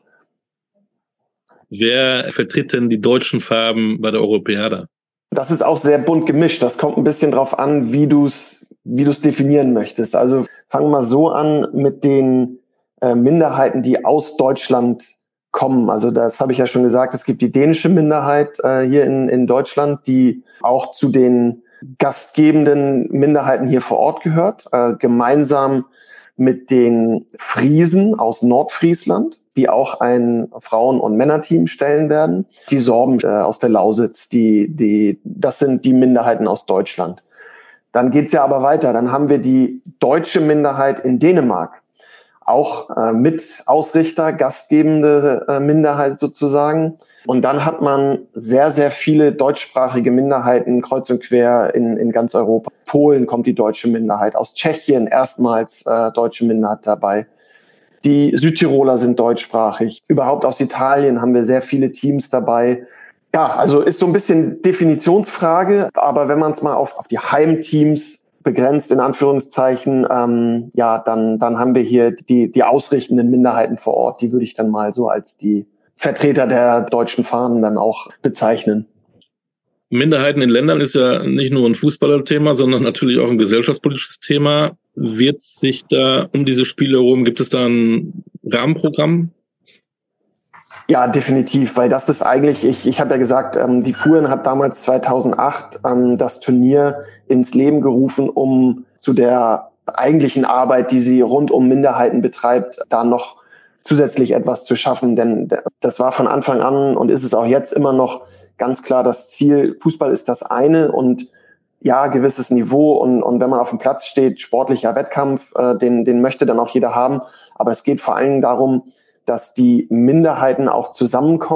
Wer vertritt denn die deutschen Farben bei der Europäada? Das ist auch sehr bunt gemischt. Das kommt ein bisschen drauf an, wie du es wie du es definieren möchtest. Also fangen wir mal so an mit den äh, Minderheiten, die aus Deutschland kommen. Also das habe ich ja schon gesagt, es gibt die dänische Minderheit äh, hier in, in Deutschland, die auch zu den gastgebenden Minderheiten hier vor Ort gehört, äh, gemeinsam mit den Friesen aus Nordfriesland, die auch ein Frauen- und Männerteam stellen werden. Die Sorben äh, aus der Lausitz, die, die, das sind die Minderheiten aus Deutschland. Dann geht's ja aber weiter. Dann haben wir die deutsche Minderheit in Dänemark. Auch äh, mit Ausrichter, gastgebende äh, Minderheit sozusagen. Und dann hat man sehr, sehr viele deutschsprachige Minderheiten kreuz und quer in, in ganz Europa. Polen kommt die deutsche Minderheit, aus Tschechien erstmals äh, deutsche Minderheit dabei. Die Südtiroler sind deutschsprachig. Überhaupt aus Italien haben wir sehr viele Teams dabei. Ja, also ist so ein bisschen Definitionsfrage, aber wenn man es mal auf, auf die Heimteams begrenzt, in Anführungszeichen, ähm, ja, dann, dann haben wir hier die, die ausrichtenden Minderheiten vor Ort. Die würde ich dann mal so als die Vertreter der deutschen Fahnen dann auch bezeichnen. Minderheiten in Ländern ist ja nicht nur ein Fußballerthema, sondern natürlich auch ein gesellschaftspolitisches Thema. Wird sich da um diese Spiele herum, gibt es da ein Rahmenprogramm? Ja, definitiv, weil das ist eigentlich, ich, ich habe ja gesagt, ähm, die F U E N hat damals zweitausendacht ähm, das Turnier ins Leben gerufen, um zu der eigentlichen Arbeit, die sie rund um Minderheiten betreibt, da noch zusätzlich etwas zu schaffen. Denn das war von Anfang an und ist es auch jetzt immer noch ganz klar das Ziel. Fußball ist das eine und ja, gewisses Niveau und, und wenn man auf dem Platz steht, sportlicher Wettkampf, äh, den, den möchte dann auch jeder haben. Aber es geht vor allen Dingen darum, dass die Minderheiten auch zusammenkommen,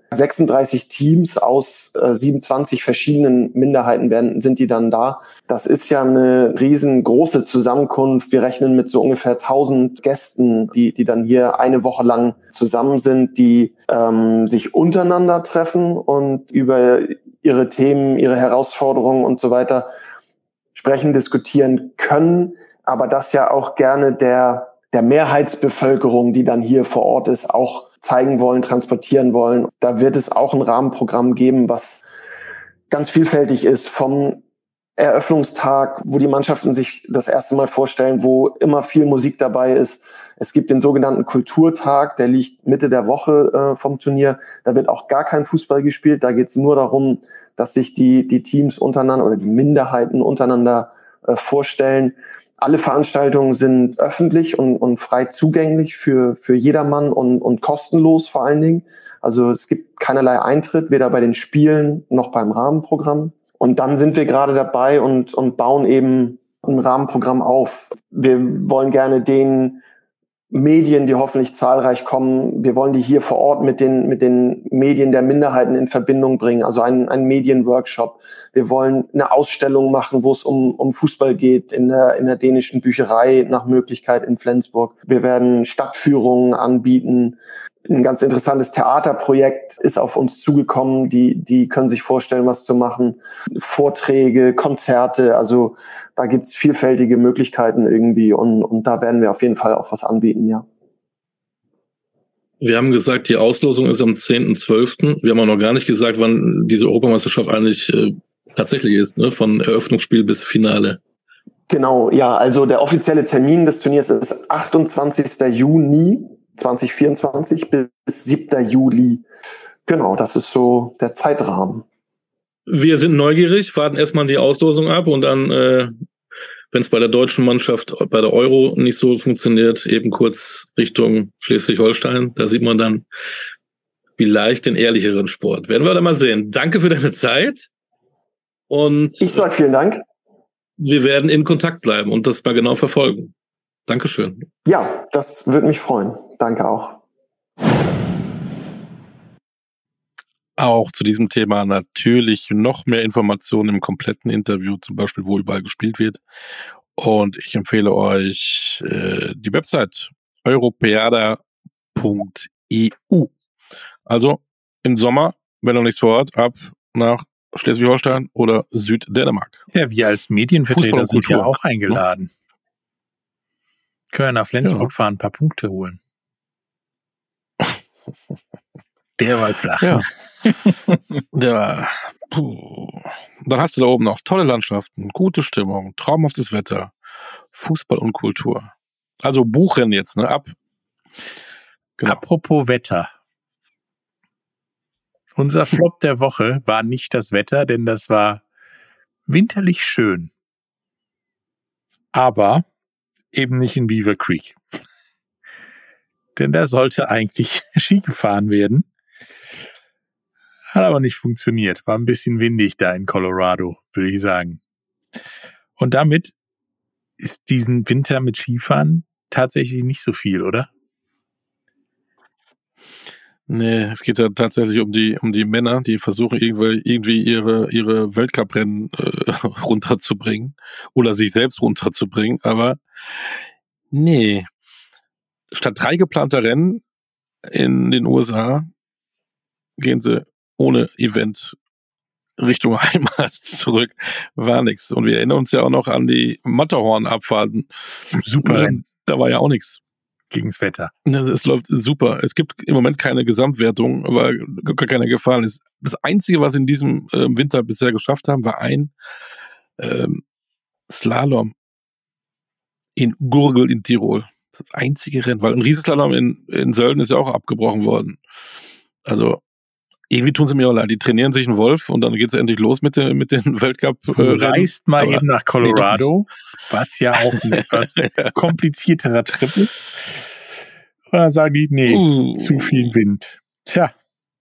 sechsunddreißig Teams aus äh, siebenundzwanzig verschiedenen Minderheiten werden, sind die dann da. Das ist ja eine riesengroße Zusammenkunft. Wir rechnen mit so ungefähr tausend Gästen, die die dann hier eine Woche lang zusammen sind, die ähm, sich untereinander treffen und über ihre Themen, ihre Herausforderungen und so weiter sprechen, diskutieren können, aber das ja auch gerne der der Mehrheitsbevölkerung, die dann hier vor Ort ist, auch zeigen wollen, transportieren wollen. Da wird es auch ein Rahmenprogramm geben, was ganz vielfältig ist, vom Eröffnungstag, wo die Mannschaften sich das erste Mal vorstellen, wo immer viel Musik dabei ist. Es gibt den sogenannten Kulturtag, der liegt Mitte der Woche äh, vom Turnier. Da wird auch gar kein Fußball gespielt. Da geht es nur darum, dass sich die die Teams untereinander oder die Minderheiten untereinander äh, vorstellen. Alle Veranstaltungen sind öffentlich und, und frei zugänglich für, für jedermann und, und kostenlos vor allen Dingen. Also es gibt keinerlei Eintritt, weder bei den Spielen noch beim Rahmenprogramm. Und dann sind wir gerade dabei und, und bauen eben ein Rahmenprogramm auf. Wir wollen gerne den Medien, die hoffentlich zahlreich kommen, wir wollen die hier vor Ort mit den mit den Medien der Minderheiten in Verbindung bringen, also einen, einen Medienworkshop. Wir wollen eine Ausstellung machen, wo es um um Fußball geht, in der in der dänischen Bücherei nach Möglichkeit in Flensburg. Wir werden Stadtführungen anbieten. Ein ganz interessantes Theaterprojekt ist auf uns zugekommen, die die können sich vorstellen, was zu machen. Vorträge, Konzerte, also da gibt's vielfältige Möglichkeiten irgendwie und und da werden wir auf jeden Fall auch was anbieten, ja. Wir haben gesagt, die Auslosung ist am zehnten zwölften Wir haben auch noch gar nicht gesagt, wann diese Europameisterschaft eigentlich äh, tatsächlich ist, ne? Von Eröffnungsspiel bis Finale. Genau, ja, also der offizielle Termin des Turniers ist achtundzwanzigster Juni zweitausendvierundzwanzig bis siebter Juli. Genau, das ist so der Zeitrahmen. Wir sind neugierig, warten erstmal die Auslosung ab und dann, äh, wenn es bei der deutschen Mannschaft bei der Euro nicht so funktioniert, eben kurz Richtung Schleswig-Holstein. Da sieht man dann vielleicht den ehrlicheren Sport. Werden wir da mal sehen. Danke für deine Zeit. Und ich sag vielen Dank. Wir werden in Kontakt bleiben und das mal genau verfolgen. Dankeschön. Ja, das würde mich freuen. Danke auch. Auch zu diesem Thema natürlich noch mehr Informationen im kompletten Interview, zum Beispiel, wo überall gespielt wird. Und ich empfehle euch äh, die Website europeada punkt e u. Also im Sommer, wenn noch nichts vorhat, ab nach Schleswig-Holstein oder Süddänemark. Ja, wir als Medienvertreter sind ja auch eingeladen. Ne? Können nach Flensburg Ja. fahren, ein paar Punkte holen. Der war flach. Ja. Ja. Puh. Dann hast du da oben noch tolle Landschaften, gute Stimmung, traumhaftes Wetter, Fußball und Kultur. Also buchen jetzt, ne? Ab. Genau. Apropos Wetter. Unser Flop der Woche war nicht das Wetter, denn das war winterlich schön. Aber eben nicht in Beaver Creek. Denn da sollte eigentlich Ski gefahren werden. Hat aber nicht funktioniert. War ein bisschen windig da in Colorado, würde ich sagen. Und damit ist diesen Winter mit Skifahren tatsächlich nicht so viel, oder? Nee, es geht ja tatsächlich um die um die Männer, die versuchen irgendwie, irgendwie ihre ihre Weltcuprennen äh, runterzubringen oder sich selbst runterzubringen, aber nee. Statt drei geplanter Rennen in den U S A gehen sie ohne Event Richtung Heimat zurück. War nix. Und wir erinnern uns ja auch noch an die Matterhorn-Abfahrten. Super. Da war ja auch nichts. Gegens Wetter. Es läuft super. Es gibt im Moment keine Gesamtwertung, weil gar keiner gefallen ist. Das Einzige, was sie in diesem äh, Winter bisher geschafft haben, war ein ähm, Slalom in Gurgel in Tirol. Das einzige Rennen, weil ein Riesenslalom in, in Sölden ist ja auch abgebrochen worden. Also irgendwie tun sie mir auch leid. Die trainieren sich einen Wolf und dann geht es endlich los mit, den, mit den Weltcup. Äh, Reist mal aber eben nach Colorado, nee, was ja auch ein etwas komplizierterer Trip ist. Und dann sagen die, nee, uh. zu viel Wind. Tja.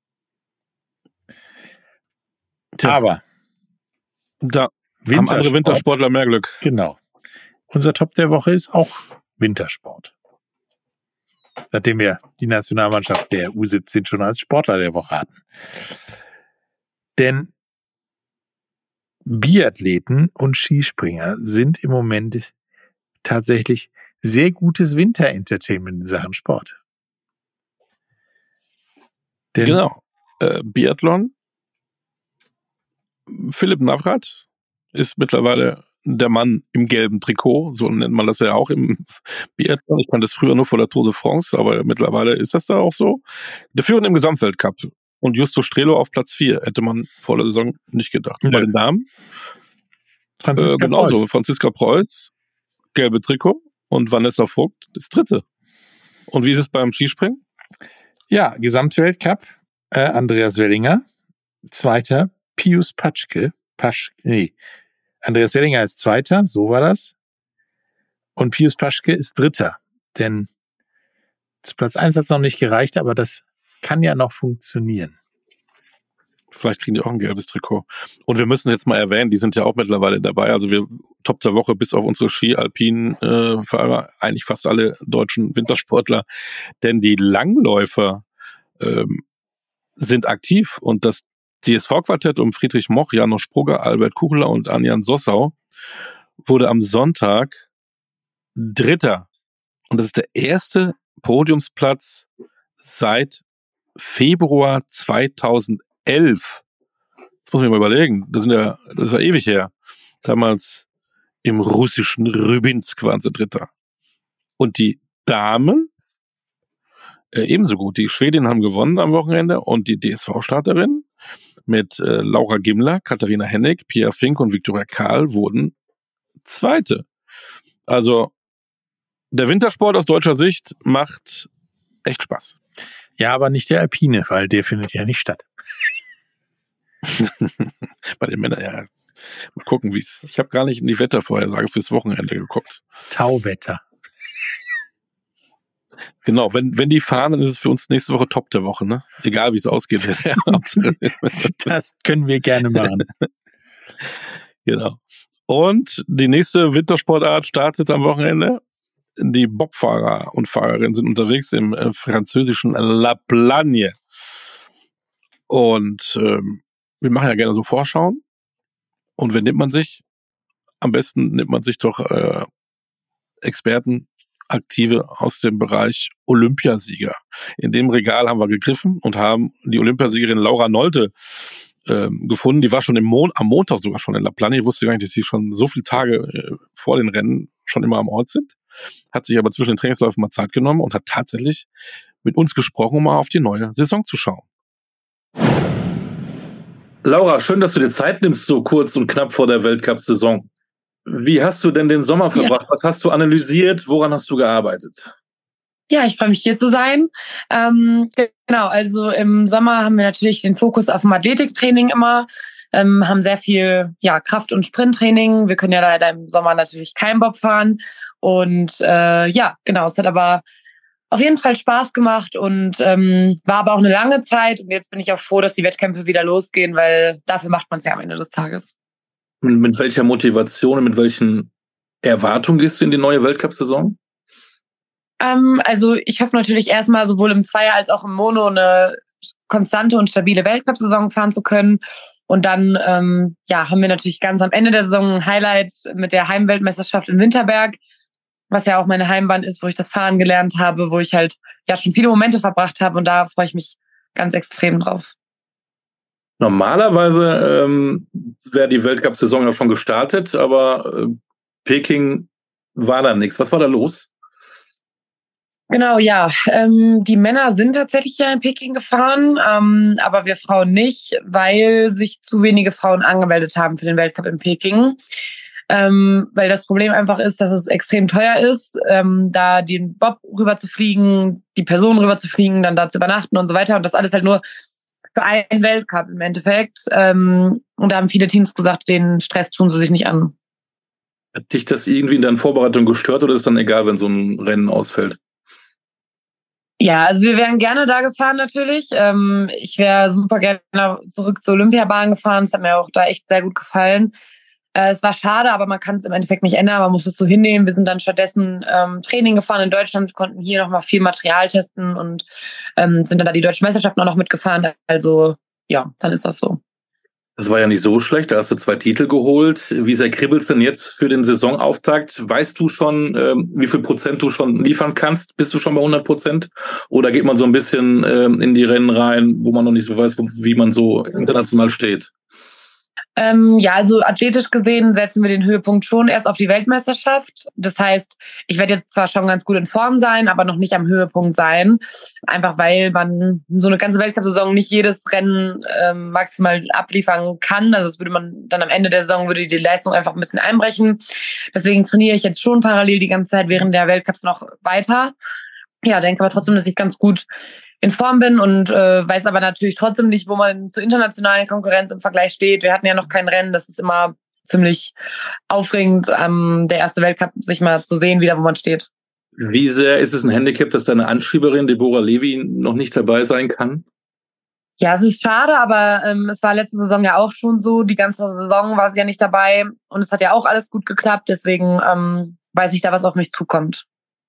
Tja. Aber da haben andere Wintersportler mehr Glück. Genau. Unser Top der Woche ist auch Wintersport. Nachdem wir die Nationalmannschaft der U siebzehn schon als Sportler der Woche hatten. Denn Biathleten und Skispringer sind im Moment tatsächlich sehr gutes Winterentertainment in Sachen Sport. Denn Genau. Äh, Biathlon. Philipp Navrat ist mittlerweile der Mann im gelben Trikot, so nennt man das ja auch im Biathlon. Ich kannte das früher nur vor der Tour de France, aber mittlerweile ist das da auch so. Der Führende im Gesamtweltcup und Justo Strelo auf Platz vier, hätte man vor der Saison nicht gedacht. Nö. Bei den Damen Franziska äh, genauso. Preuß. Franziska Preuß, gelbe Trikot und Vanessa Vogt, das dritte. Und wie ist es beim Skispringen? Ja, Gesamtweltcup, äh, Andreas Wellinger, zweiter, Pius Paschke, Pasch, nee, Andreas Wellinger ist zweiter, so war das. Und Pius Paschke ist dritter, denn zu Platz eins hat es noch nicht gereicht, aber das kann ja noch funktionieren. Vielleicht kriegen die auch ein gelbes Trikot. Und wir müssen jetzt mal erwähnen, die sind ja auch mittlerweile dabei. Also wir Top der Woche bis auf unsere Ski-Alpin-Fahrer, äh, eigentlich fast alle deutschen Wintersportler. Denn die Langläufer ähm, sind aktiv und das D S V-Quartett um Friedrich Moch, Janusz Sprugger, Albert Kuchler und Anjan Sossau wurde am Sonntag Dritter. Und das ist der erste Podiumsplatz seit Februar zweitausendelf. Das muss man mal überlegen. Das, sind ja, das ist ja ewig her. Damals im russischen Rybinsk waren sie Dritter. Und die Damen äh, ebenso gut. Die Schwedinnen haben gewonnen am Wochenende und die D S V-Starterinnen mit äh, Laura Gimler, Katharina Hennig, Pia Fink und Viktoria Kahl wurden Zweite. Also der Wintersport aus deutscher Sicht macht echt Spaß. Ja, aber nicht der Alpine, weil der findet ja nicht statt. Bei den Männern, ja. Mal gucken, wie es. Ich habe gar nicht in die Wettervorhersage fürs Wochenende geguckt. Tauwetter. Genau, wenn, wenn die fahren, dann ist es für uns nächste Woche Top der Woche, ne? Egal wie es ausgeht. Das können wir gerne machen. Genau. Und die nächste Wintersportart startet am Wochenende. Die Bobfahrer und Fahrerinnen sind unterwegs im äh, französischen La Plagne. Und ähm, wir machen ja gerne so Vorschauen. Und wen nimmt man sich? Am besten nimmt man sich doch äh, Experten, Aktive aus dem Bereich Olympiasieger. In dem Regal haben wir gegriffen und haben die Olympiasiegerin Laura Nolte ähm, gefunden. Die war schon im Mon- am Montag sogar schon in La Plagne. Ich wusste gar nicht, dass sie schon so viele Tage äh, vor den Rennen schon immer am Ort sind. Hat sich aber zwischen den Trainingsläufen mal Zeit genommen und hat tatsächlich mit uns gesprochen, um mal auf die neue Saison zu schauen. Laura, schön, dass du dir Zeit nimmst, so kurz und knapp vor der Weltcup-Saison. Wie hast du denn den Sommer verbracht? Ja. Was hast du analysiert? Woran hast du gearbeitet? Ja, ich freue mich, hier zu sein. Ähm, genau, also im Sommer haben wir natürlich den Fokus auf dem Athletiktraining immer, ähm, haben sehr viel ja, Kraft- und Sprinttraining. Wir können ja leider im Sommer natürlich kein Bob fahren. Und äh, ja, genau, es hat aber auf jeden Fall Spaß gemacht und ähm, war aber auch eine lange Zeit. Und jetzt bin ich auch froh, dass die Wettkämpfe wieder losgehen, weil dafür macht man es ja am Ende des Tages. Mit, mit welcher Motivation und mit welchen Erwartungen gehst du in die neue Weltcup-Saison? Ähm, also ich hoffe natürlich erstmal sowohl im Zweier als auch im Mono eine konstante und stabile Weltcup-Saison fahren zu können. Und dann ähm, ja, haben wir natürlich ganz am Ende der Saison ein Highlight mit der Heimweltmeisterschaft in Winterberg, was ja auch meine Heimbahn ist, wo ich das Fahren gelernt habe, wo ich halt ja schon viele Momente verbracht habe. Und da freue ich mich ganz extrem drauf. Normalerweise ähm, wäre die Weltcup-Saison ja schon gestartet, aber äh, Peking war da nichts. Was war da los? Genau, ja. Ähm, die Männer sind tatsächlich ja in Peking gefahren, ähm, aber wir Frauen nicht, weil sich zu wenige Frauen angemeldet haben für den Weltcup in Peking. Ähm, weil das Problem einfach ist, dass es extrem teuer ist, ähm, da den Bob rüber zu fliegen, die Person rüber zu fliegen, dann da zu übernachten und so weiter. Und das alles halt nur für einen Weltcup im Endeffekt. Ähm, und da haben viele Teams gesagt, den Stress tun sie sich nicht an. Hat dich das irgendwie in deinen Vorbereitungen gestört oder ist dann egal, wenn so ein Rennen ausfällt? Ja, also wir wären gerne da gefahren natürlich. Ähm, ich wäre super gerne zurück zur Olympiabahn gefahren. Es hat mir auch da echt sehr gut gefallen. Äh, es war schade, aber man kann es im Endeffekt nicht ändern. Man muss es so hinnehmen. Wir sind dann stattdessen ähm, Training gefahren in Deutschland, konnten hier nochmal viel Material testen und ähm, sind dann da die deutschen Meisterschaften auch noch mitgefahren. Also ja, dann ist das so. Das war ja nicht so schlecht, da hast du zwei Titel geholt. Wie sehr kribbelt's denn jetzt für den Saisonauftakt? Weißt du schon, ähm, wie viel Prozent du schon liefern kannst? Bist du schon bei hundert Prozent? Oder geht man so ein bisschen ähm, in die Rennen rein, wo man noch nicht so weiß, wie man so international steht? Ähm, ja, also athletisch gesehen setzen wir den Höhepunkt schon erst auf die Weltmeisterschaft. Das heißt, ich werde jetzt zwar schon ganz gut in Form sein, aber noch nicht am Höhepunkt sein. Einfach weil man so eine ganze Weltcup-Saison nicht jedes Rennen ähm, maximal abliefern kann. Also das würde man dann am Ende der Saison, würde die Leistung einfach ein bisschen einbrechen. Deswegen trainiere ich jetzt schon parallel die ganze Zeit während der Weltcups noch weiter. Ja, denke aber trotzdem, dass ich ganz gut in Form bin und äh, weiß aber natürlich trotzdem nicht, wo man zur internationalen Konkurrenz im Vergleich steht. Wir hatten ja noch kein Rennen, das ist immer ziemlich aufregend, ähm, der erste Weltcup sich mal zu sehen, wieder wo man steht. Wie sehr ist es ein Handicap, dass deine Anschieberin Deborah Levy noch nicht dabei sein kann? Ja, es ist schade, aber ähm, es war letzte Saison ja auch schon so. Die ganze Saison war sie ja nicht dabei und es hat ja auch alles gut geklappt. Deswegen ähm, weiß ich da, was auf mich zukommt.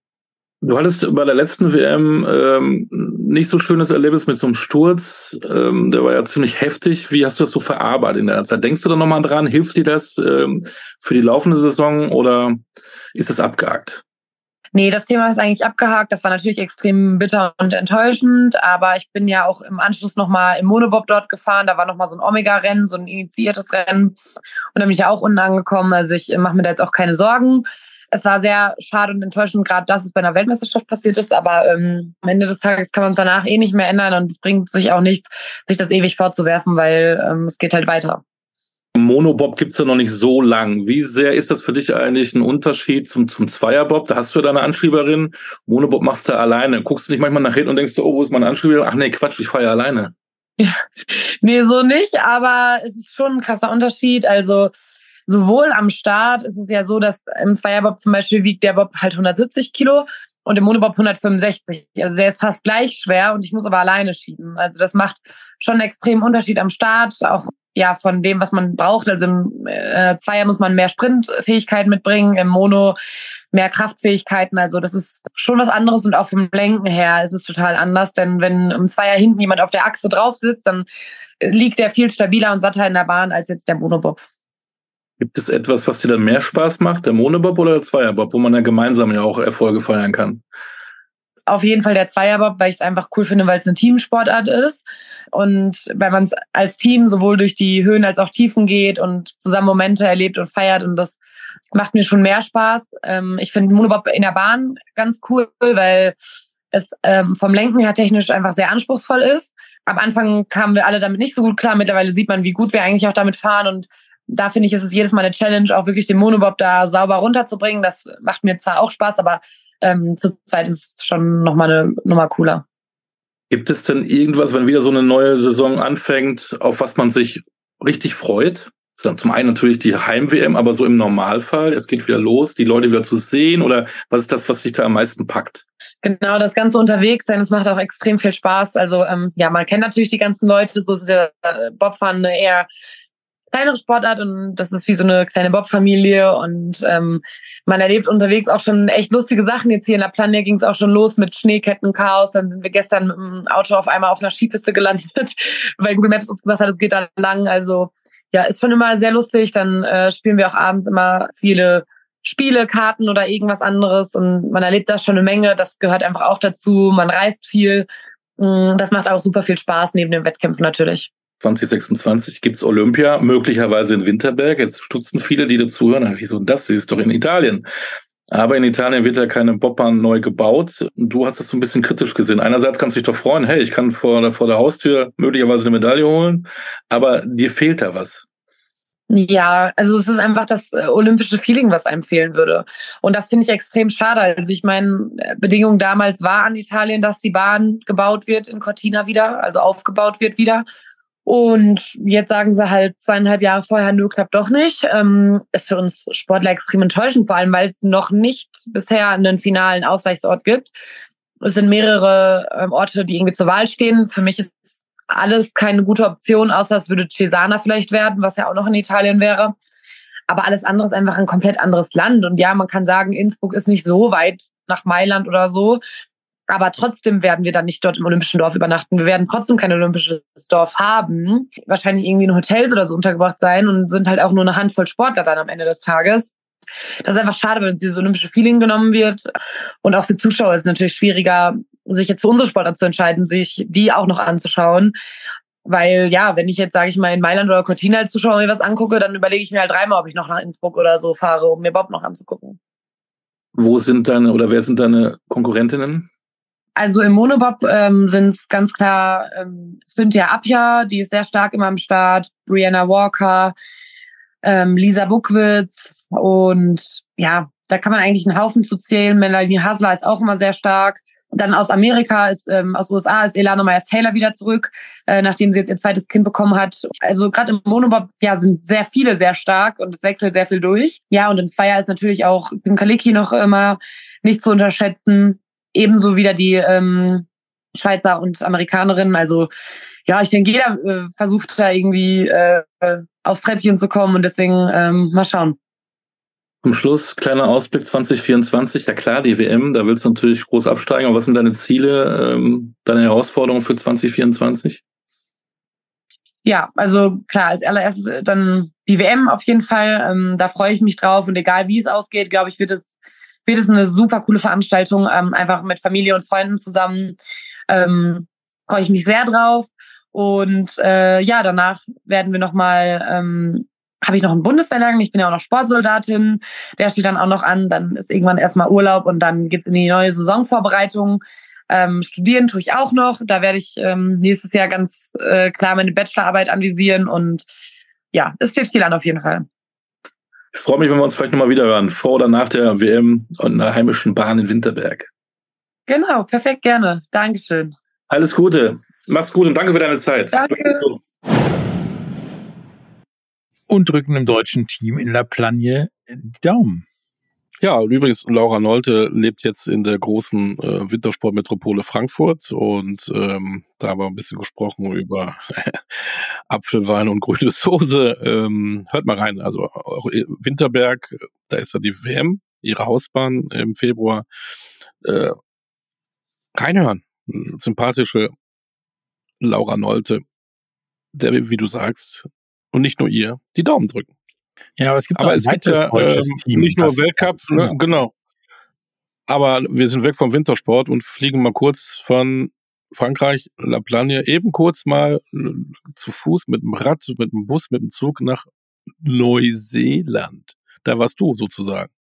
Du hattest bei der letzten W M ähm, nicht so schönes Erlebnis mit so einem Sturz. Ähm, der war ja ziemlich heftig. Wie hast du das so verarbeitet in der Zeit? Denkst du da nochmal dran? Hilft dir das ähm, für die laufende Saison oder ist es abgehakt? Nee, das Thema ist eigentlich abgehakt. Das war natürlich extrem bitter und enttäuschend, aber ich bin ja auch im Anschluss nochmal im Monobob dort gefahren. Da war nochmal so ein Omega-Rennen, so ein initiiertes Rennen. Und da bin ich ja auch unten angekommen. Also ich mache mir da jetzt auch keine Sorgen. Es war sehr schade und enttäuschend, gerade dass es bei einer Weltmeisterschaft passiert ist, aber ähm, am Ende des Tages kann man es danach eh nicht mehr ändern und es bringt sich auch nichts, sich das ewig vorzuwerfen, weil ähm, es geht halt weiter. Monobob gibt's ja noch nicht so lang. Wie sehr ist das für dich eigentlich ein Unterschied zum, zum Zweierbob? Da hast du ja deine Anschieberin. Monobob machst du alleine. Guckst du nicht manchmal nach hinten und denkst, oh, wo ist meine Anschieberin? Ach nee, Quatsch, ich fahre ja alleine. Ja, nee, so nicht, aber es ist schon ein krasser Unterschied. Also sowohl am Start ist es ja so, dass im Zweierbob zum Beispiel wiegt der Bob halt hundertsiebzig Kilo und im Monobob hundertfünfundsechzig. Also der ist fast gleich schwer und ich muss aber alleine schieben. Also das macht schon einen extremen Unterschied am Start, auch ja von dem, was man braucht. Also im äh, Zweier muss man mehr Sprintfähigkeit mitbringen, im Mono mehr Kraftfähigkeiten. Also das ist schon was anderes und auch vom Lenken her ist es total anders. Denn wenn im Zweier hinten jemand auf der Achse drauf sitzt, dann liegt der viel stabiler und satter in der Bahn als jetzt der Monobob. Gibt es etwas, was dir dann mehr Spaß macht, der Monobob oder der Zweierbob, wo man dann gemeinsam ja auch Erfolge feiern kann? Auf jeden Fall der Zweierbob, weil ich es einfach cool finde, weil es eine Teamsportart ist und weil man es als Team sowohl durch die Höhen als auch Tiefen geht und zusammen Momente erlebt und feiert und das macht mir schon mehr Spaß. Ähm, ich finde Monobob in der Bahn ganz cool, weil es ähm, vom Lenken her technisch einfach sehr anspruchsvoll ist. Am Anfang kamen wir alle damit nicht so gut klar. Mittlerweile sieht man, wie gut wir eigentlich auch damit fahren und da finde ich, ist es jedes Mal eine Challenge, auch wirklich den Monobob da sauber runterzubringen. Das macht mir zwar auch Spaß, aber ähm, zur Zeit ist es schon nochmal eine Nummer cooler. Gibt es denn irgendwas, wenn wieder so eine neue Saison anfängt, auf was man sich richtig freut? Zum einen natürlich die Heim-W M, aber so im Normalfall, es geht wieder los, die Leute wieder zu sehen oder was ist das, was dich da am meisten packt? Genau, das ganze Unterwegssein, das macht auch extrem viel Spaß. Also ähm, ja, man kennt natürlich die ganzen Leute, so ist ja äh, Bobfahren eine eher kleinere Sportart und das ist wie so eine kleine Bob-Familie und ähm, man erlebt unterwegs auch schon echt lustige Sachen. Jetzt hier in La Plagne ging es auch schon los mit Schneekettenchaos. Dann sind wir gestern mit dem Auto auf einmal auf einer Skipiste gelandet, weil Google Maps uns gesagt hat, es geht da lang. Also ja, ist schon immer sehr lustig. Dann äh, spielen wir auch abends immer viele Spiele, Karten oder irgendwas anderes und man erlebt da schon eine Menge. Das gehört einfach auch dazu. Man reist viel. Das macht auch super viel Spaß neben den Wettkämpfen natürlich. zwanzig sechsundzwanzig gibt's Olympia, möglicherweise in Winterberg. Jetzt stutzen viele, die dazuhören. Wieso das? Das ist doch in Italien. Aber in Italien wird ja keine Bobbahn neu gebaut. Du hast das so ein bisschen kritisch gesehen. Einerseits kannst du dich doch freuen, hey, ich kann vor der, vor der Haustür möglicherweise eine Medaille holen, aber dir fehlt da was. Ja, also es ist einfach das äh, olympische Feeling, was einem fehlen würde. Und das finde ich extrem schade. Also ich meine, Bedingung damals war an Italien, dass die Bahn gebaut wird in Cortina wieder, also aufgebaut wird wieder. Und jetzt sagen sie halt zweieinhalb Jahre vorher, nö, klappt doch nicht. Ähm, ist für uns Sportler extrem enttäuschend, vor allem, weil es noch nicht bisher einen finalen Ausweichsort gibt. Es sind mehrere ähm, Orte, die irgendwie zur Wahl stehen. Für mich ist alles keine gute Option, außer es würde Cesana vielleicht werden, was ja auch noch in Italien wäre. Aber alles andere ist einfach ein komplett anderes Land. Und ja, man kann sagen, Innsbruck ist nicht so weit nach Mailand oder so. Aber trotzdem werden wir dann nicht dort im Olympischen Dorf übernachten. Wir werden trotzdem kein olympisches Dorf haben. Wahrscheinlich irgendwie in Hotels oder so untergebracht sein und sind halt auch nur eine Handvoll Sportler dann am Ende des Tages. Das ist einfach schade, wenn uns dieses olympische Feeling genommen wird. Und auch für Zuschauer ist es natürlich schwieriger, sich jetzt für unsere Sportler zu entscheiden, sich die auch noch anzuschauen. Weil ja, wenn ich jetzt, sage ich mal, in Mailand oder Cortina als Zuschauer mir was angucke, dann überlege ich mir halt dreimal, ob ich noch nach Innsbruck oder so fahre, um mir Bob noch anzugucken. Wo sind deine oder wer sind deine Konkurrentinnen? Also im Monobob ähm, sind es ganz klar ähm, Cynthia Appia, die ist sehr stark immer am Start, Brianna Walker, ähm, Lisa Buckwitz und ja, da kann man eigentlich einen Haufen zu zählen. Melanie Hasler ist auch immer sehr stark. Und dann aus Amerika, ist ähm, aus U S A ist Elana Myers-Taylor wieder zurück, äh, nachdem sie jetzt ihr zweites Kind bekommen hat. Also gerade im Monobob ja, sind sehr viele sehr stark und es wechselt sehr viel durch. Ja, und im Zweier ist natürlich auch Pim Kalicki noch immer nicht zu unterschätzen. Ebenso wieder die ähm, Schweizer und Amerikanerinnen. Also ja, ich denke, jeder äh, versucht da irgendwie äh, aufs Treppchen zu kommen und deswegen ähm, mal schauen. Zum Schluss, kleiner Ausblick zwanzig vierundzwanzig. Ja klar, die W M, da willst du natürlich groß absteigen. Aber was sind deine Ziele, ähm, deine Herausforderungen für zwanzig vierundzwanzig? Ja, also klar, als allererstes dann die W M auf jeden Fall. Ähm, da freue ich mich drauf und egal wie es ausgeht, glaube ich, wird es wird es eine super coole Veranstaltung, ähm, einfach mit Familie und Freunden zusammen. Ähm, freue ich mich sehr drauf. Und äh, ja, danach werden wir nochmal, ähm, habe ich noch einen Bundeswehrlehrgang, ich bin ja auch noch Sportsoldatin, der steht dann auch noch an, dann ist irgendwann erstmal Urlaub und dann geht's in die neue Saisonvorbereitung. Ähm, studieren tue ich auch noch, da werde ich ähm, nächstes Jahr ganz äh, klar meine Bachelorarbeit anvisieren und ja, es steht viel an auf jeden Fall. Ich freue mich, wenn wir uns vielleicht nochmal wieder hören, vor oder nach der W M und einer heimischen Bahn in Winterberg. Genau, perfekt, gerne. Dankeschön. Alles Gute. Mach's gut und danke für deine Zeit. Danke. Und drücken im deutschen Team in La Plagne die Daumen. Ja, übrigens, Laura Nolte lebt jetzt in der großen äh, Wintersportmetropole Frankfurt und ähm, da haben wir ein bisschen gesprochen über Apfelwein und grüne Soße. Ähm, hört mal rein, also auch Winterberg, da ist ja die W M, ihre Hausbahn im Februar. Äh, reinhören. Sympathische Laura Nolte, der, wie du sagst, und nicht nur ihr, die Daumen drücken. Ja, aber es gibt aber ein es gibt ja deutsches ähm, Team. nicht nur was- Weltcup, ne? Genau. Genau. Aber wir sind weg vom Wintersport und fliegen mal kurz von Frankreich, La Plagne, eben kurz mal äh, zu Fuß mit dem Rad, mit dem Bus, mit dem Zug nach Neuseeland. Da warst du sozusagen.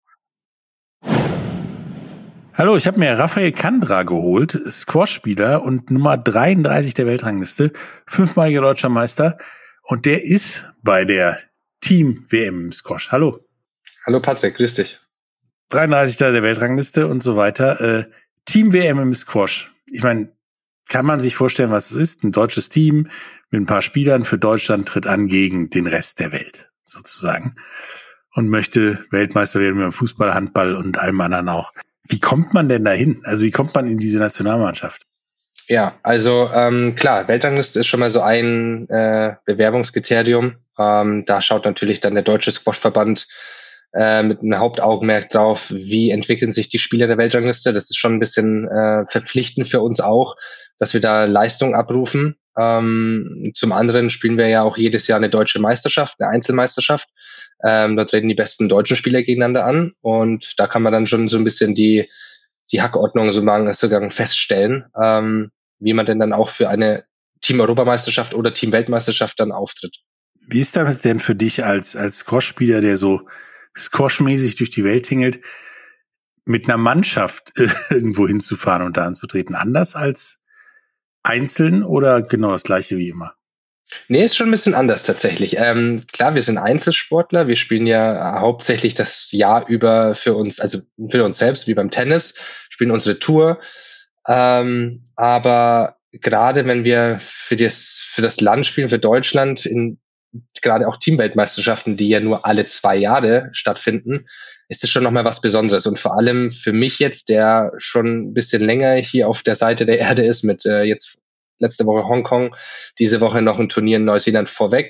Hallo, ich habe mir Rafael Kandra geholt, Squash-Spieler und Nummer dreiunddreißig der Weltrangliste, fünfmaliger deutscher Meister. Und der ist bei der Team-W M im Squash. Hallo. Hallo Patrick, grüß dich. dreiunddreißigster der Weltrangliste und so weiter. Äh, Team-W M im Squash. Ich meine, kann man sich vorstellen, was es ist? Ein deutsches Team mit ein paar Spielern für Deutschland tritt an gegen den Rest der Welt, sozusagen. Und möchte Weltmeister werden beim Fußball, Handball und allem anderen auch. Wie kommt man denn dahin? Also wie kommt man in diese Nationalmannschaft? Ja, also ähm, klar, Weltrangliste ist schon mal so ein äh, Bewerbungskriterium. Ähm, da schaut natürlich dann der Deutsche Squashverband äh, mit einem Hauptaugenmerk drauf, wie entwickeln sich die Spieler der Weltrangliste. Das ist schon ein bisschen äh, verpflichtend für uns auch, dass wir da Leistung abrufen. Ähm, zum anderen spielen wir ja auch jedes Jahr eine deutsche Meisterschaft, eine Einzelmeisterschaft. Ähm, da treten die besten deutschen Spieler gegeneinander an und da kann man dann schon so ein bisschen die die Hackordnung sozusagen feststellen, ähm, wie man denn dann auch für eine Team-Europameisterschaft oder Team-Weltmeisterschaft dann auftritt. Wie ist das denn für dich als als Squash-Spieler, der so squashmäßig durch die Welt tingelt, mit einer Mannschaft äh, irgendwo hinzufahren und da anzutreten? Anders als einzeln oder genau das gleiche wie immer? Nee, ist schon ein bisschen anders tatsächlich. Ähm, klar, wir sind Einzelsportler. Wir spielen ja hauptsächlich das Jahr über für uns, also für uns selbst, wie beim Tennis, spielen unsere Tour. Ähm, aber gerade wenn wir für das, für das Land spielen, für Deutschland, in gerade auch Teamweltmeisterschaften, die ja nur alle zwei Jahre stattfinden, ist es schon nochmal was Besonderes. Und vor allem für mich jetzt, der schon ein bisschen länger hier auf der Seite der Erde ist, mit äh, jetzt letzte Woche Hongkong, diese Woche noch ein Turnier in Neuseeland vorweg,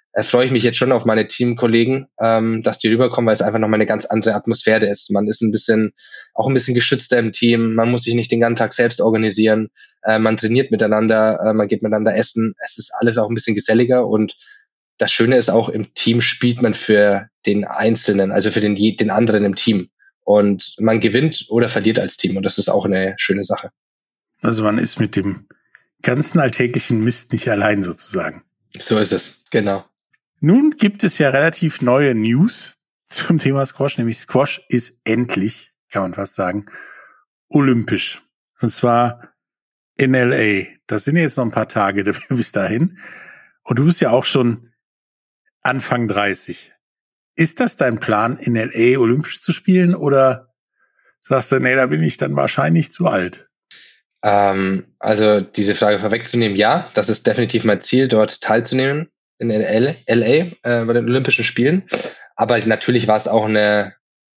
äh, freue ich mich jetzt schon auf meine Teamkollegen, ähm, dass die rüberkommen, weil es einfach nochmal eine ganz andere Atmosphäre ist. Man ist ein bisschen, auch ein bisschen geschützter im Team, man muss sich nicht den ganzen Tag selbst organisieren, äh, man trainiert miteinander, äh, man geht miteinander essen, es ist alles auch ein bisschen geselliger und das Schöne ist auch, im Team spielt man für den Einzelnen, also für den, den anderen im Team. Und man gewinnt oder verliert als Team und das ist auch eine schöne Sache. Also man ist mit dem ganzen alltäglichen Mist nicht allein sozusagen. So ist es, genau. Nun gibt es ja relativ neue News zum Thema Squash, nämlich Squash ist endlich, kann man fast sagen, olympisch. Und zwar in L A. Das sind jetzt noch ein paar Tage bis dahin. Und du bist ja auch schon Anfang dreißig. Ist das dein Plan, in L A olympisch zu spielen oder sagst du, nee, da bin ich dann wahrscheinlich zu alt? Ähm, also diese Frage vorwegzunehmen, ja, das ist definitiv mein Ziel, dort teilzunehmen in L A, äh, bei den Olympischen Spielen. Aber natürlich war es auch eine,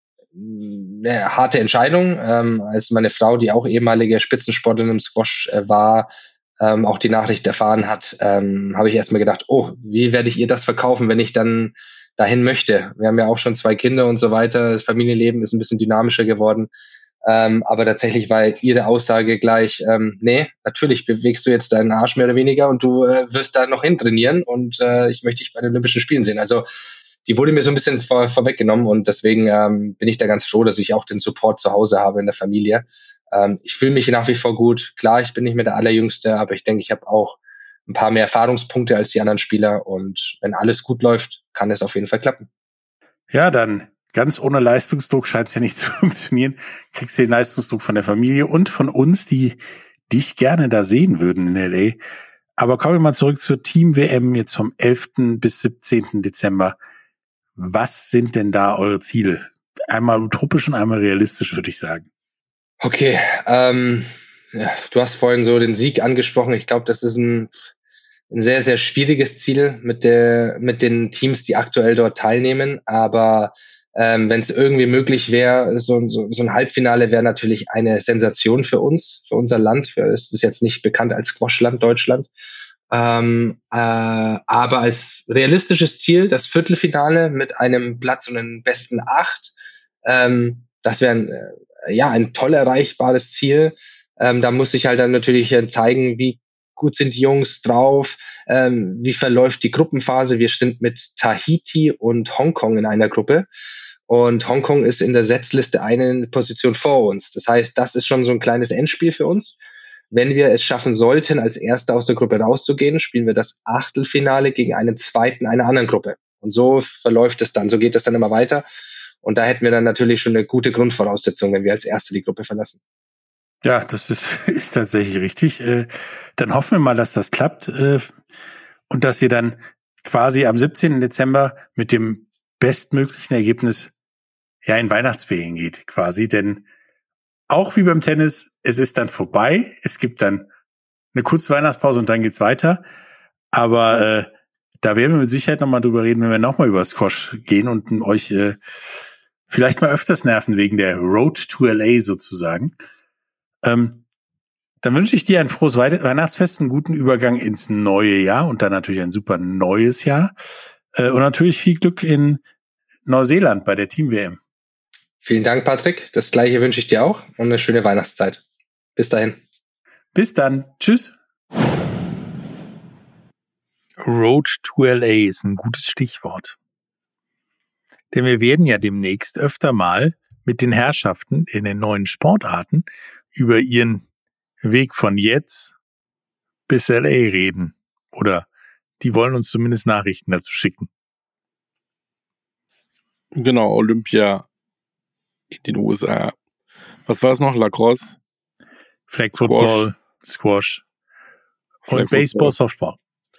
eine harte Entscheidung, ähm, als meine Frau, die auch ehemalige Spitzensportlerin im Squash äh, war, ähm, auch die Nachricht erfahren hat, ähm, habe ich erstmal gedacht, oh, wie werde ich ihr das verkaufen, wenn ich dann dahin möchte? Wir haben ja auch schon zwei Kinder und so weiter. Das Familienleben ist ein bisschen dynamischer geworden. Ähm, aber tatsächlich war ihre Aussage gleich, ähm, nee, natürlich bewegst du jetzt deinen Arsch mehr oder weniger und du äh, wirst da noch hin trainieren und äh, ich möchte dich bei den Olympischen Spielen sehen. Also die wurde mir so ein bisschen vor, vorweggenommen und deswegen ähm, bin ich da ganz froh, dass ich auch den Support zu Hause habe in der Familie. Ähm, ich fühle mich nach wie vor gut. Klar, ich bin nicht mehr der Allerjüngste, aber ich denke, ich habe auch ein paar mehr Erfahrungspunkte als die anderen Spieler und wenn alles gut läuft, kann es auf jeden Fall klappen. Ja, dann ganz ohne Leistungsdruck scheint es ja nicht zu funktionieren. Kriegst du den Leistungsdruck von der Familie und von uns, die dich gerne da sehen würden in L A. Aber kommen wir mal zurück zur Team-W M jetzt vom elften bis siebzehnten Dezember. Was sind denn da eure Ziele? Einmal utopisch und einmal realistisch, würde ich sagen. Okay, ähm, ja, du hast vorhin so den Sieg angesprochen. Ich glaube, das ist ein, ein sehr, sehr schwieriges Ziel mit der, mit den Teams, die aktuell dort teilnehmen. Aber ähm, wenn es irgendwie möglich wäre, so, so, so ein Halbfinale wäre natürlich eine Sensation für uns, für unser Land. Für, es ist jetzt nicht bekannt als Squashland Deutschland. Ähm, äh, aber als realistisches Ziel das Viertelfinale mit einem Platz und den besten acht. Ähm, das wäre ein, äh, ja ein toll erreichbares Ziel. Ähm, da muss ich halt dann natürlich äh, zeigen, wie gut sind die Jungs drauf, ähm, wie verläuft die Gruppenphase. Wir sind mit Tahiti und Hongkong in einer Gruppe. Und Hongkong ist in der Setzliste eine Position vor uns. Das heißt, das ist schon so ein kleines Endspiel für uns. Wenn wir es schaffen sollten, als Erster aus der Gruppe rauszugehen, spielen wir das Achtelfinale gegen einen Zweiten einer anderen Gruppe. Und so verläuft es dann, so geht es dann immer weiter. Und da hätten wir dann natürlich schon eine gute Grundvoraussetzung, wenn wir als Erste die Gruppe verlassen. Ja, das ist, ist tatsächlich richtig. Äh, dann hoffen wir mal, dass das klappt äh, und dass ihr dann quasi am siebzehnten Dezember mit dem bestmöglichen Ergebnis ja in Weihnachtsferien geht quasi. Denn auch wie beim Tennis, es ist dann vorbei. Es gibt dann eine kurze Weihnachtspause und dann geht's weiter. Aber äh, da werden wir mit Sicherheit nochmal drüber reden, wenn wir nochmal über Squash gehen und euch äh, vielleicht mal öfters nerven wegen der Road to L A sozusagen. Ähm, dann wünsche ich dir ein frohes Weihnachtsfest, einen guten Übergang ins neue Jahr und dann natürlich ein super neues Jahr. Äh, und natürlich viel Glück in Neuseeland bei der Team-W M. Vielen Dank, Patrick. Das Gleiche wünsche ich dir auch und eine schöne Weihnachtszeit. Bis dahin. Bis dann. Tschüss. Road to L A ist ein gutes Stichwort. Denn wir werden ja demnächst öfter mal mit den Herrschaften in den neuen Sportarten über ihren Weg von jetzt bis L A reden. Oder die wollen uns zumindest Nachrichten dazu schicken. Genau, Olympia in den U S A. Was war es noch? Lacrosse? Flag Football, Squash und Flag Baseball, Football. Softball.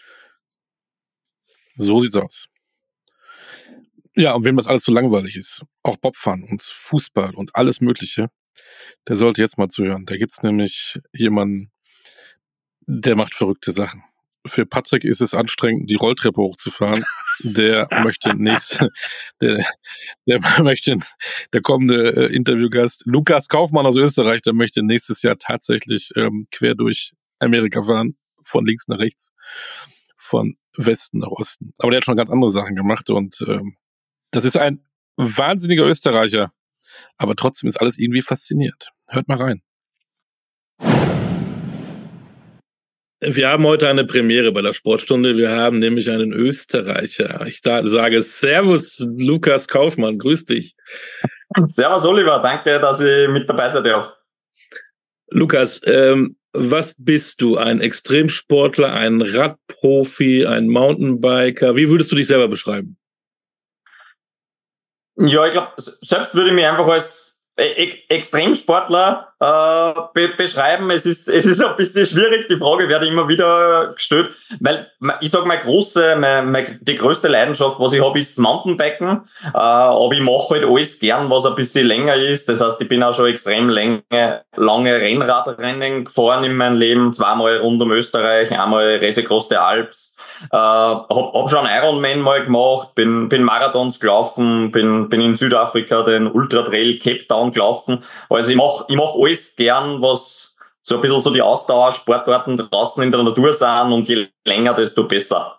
So sieht's aus. Ja, und wem das alles so langweilig ist, auch Bobfahren und Fußball und alles Mögliche, der sollte jetzt mal zuhören. Da gibt's nämlich jemanden, der macht verrückte Sachen. Für Patrick ist es anstrengend, die Rolltreppe hochzufahren. Der möchte nächste, der, der möchte, der kommende äh, Interviewgast, Lukas Kaufmann aus Österreich, der möchte nächstes Jahr tatsächlich ähm, quer durch Amerika fahren, von links nach rechts, von Westen nach Osten. Aber der hat schon ganz andere Sachen gemacht und ähm, das ist ein wahnsinniger Österreicher. Aber trotzdem ist alles irgendwie faszinierend. Hört mal rein. Wir haben heute eine Premiere bei der Sportstunde. Wir haben nämlich einen Österreicher. Ich da sage Servus, Lukas Kaufmann. Grüß dich. Servus, Oliver. Danke, dass ich mit dabei sein darf. Lukas, ähm, was bist du? Ein Extremsportler, ein Radprofi, ein Mountainbiker? Wie würdest du dich selber beschreiben? Ja, ich glaube, selbst würde ich mich einfach als e- Extremsportler äh, be- beschreiben. Es ist, es ist ein bisschen schwierig. Die Frage werde immer wieder gestellt, weil ich sage, meine große, meine, meine, die größte Leidenschaft, was ich habe, ist Mountainbiken. Äh, aber ich mache halt alles gern, was ein bisschen länger ist. Das heißt, ich bin auch schon extrem lange, lange Rennradrennen gefahren in meinem Leben. Zweimal rund um Österreich, einmal Race Across the Alps. Äh, hab, hab schon Ironman mal gemacht, bin, bin Marathons gelaufen, bin, bin in Südafrika den Ultra Trail Cape Town gelaufen. Also ich mach, ich mach alles gern, was so ein bisschen so die Ausdauersportarten draußen in der Natur sind, und je länger, desto besser.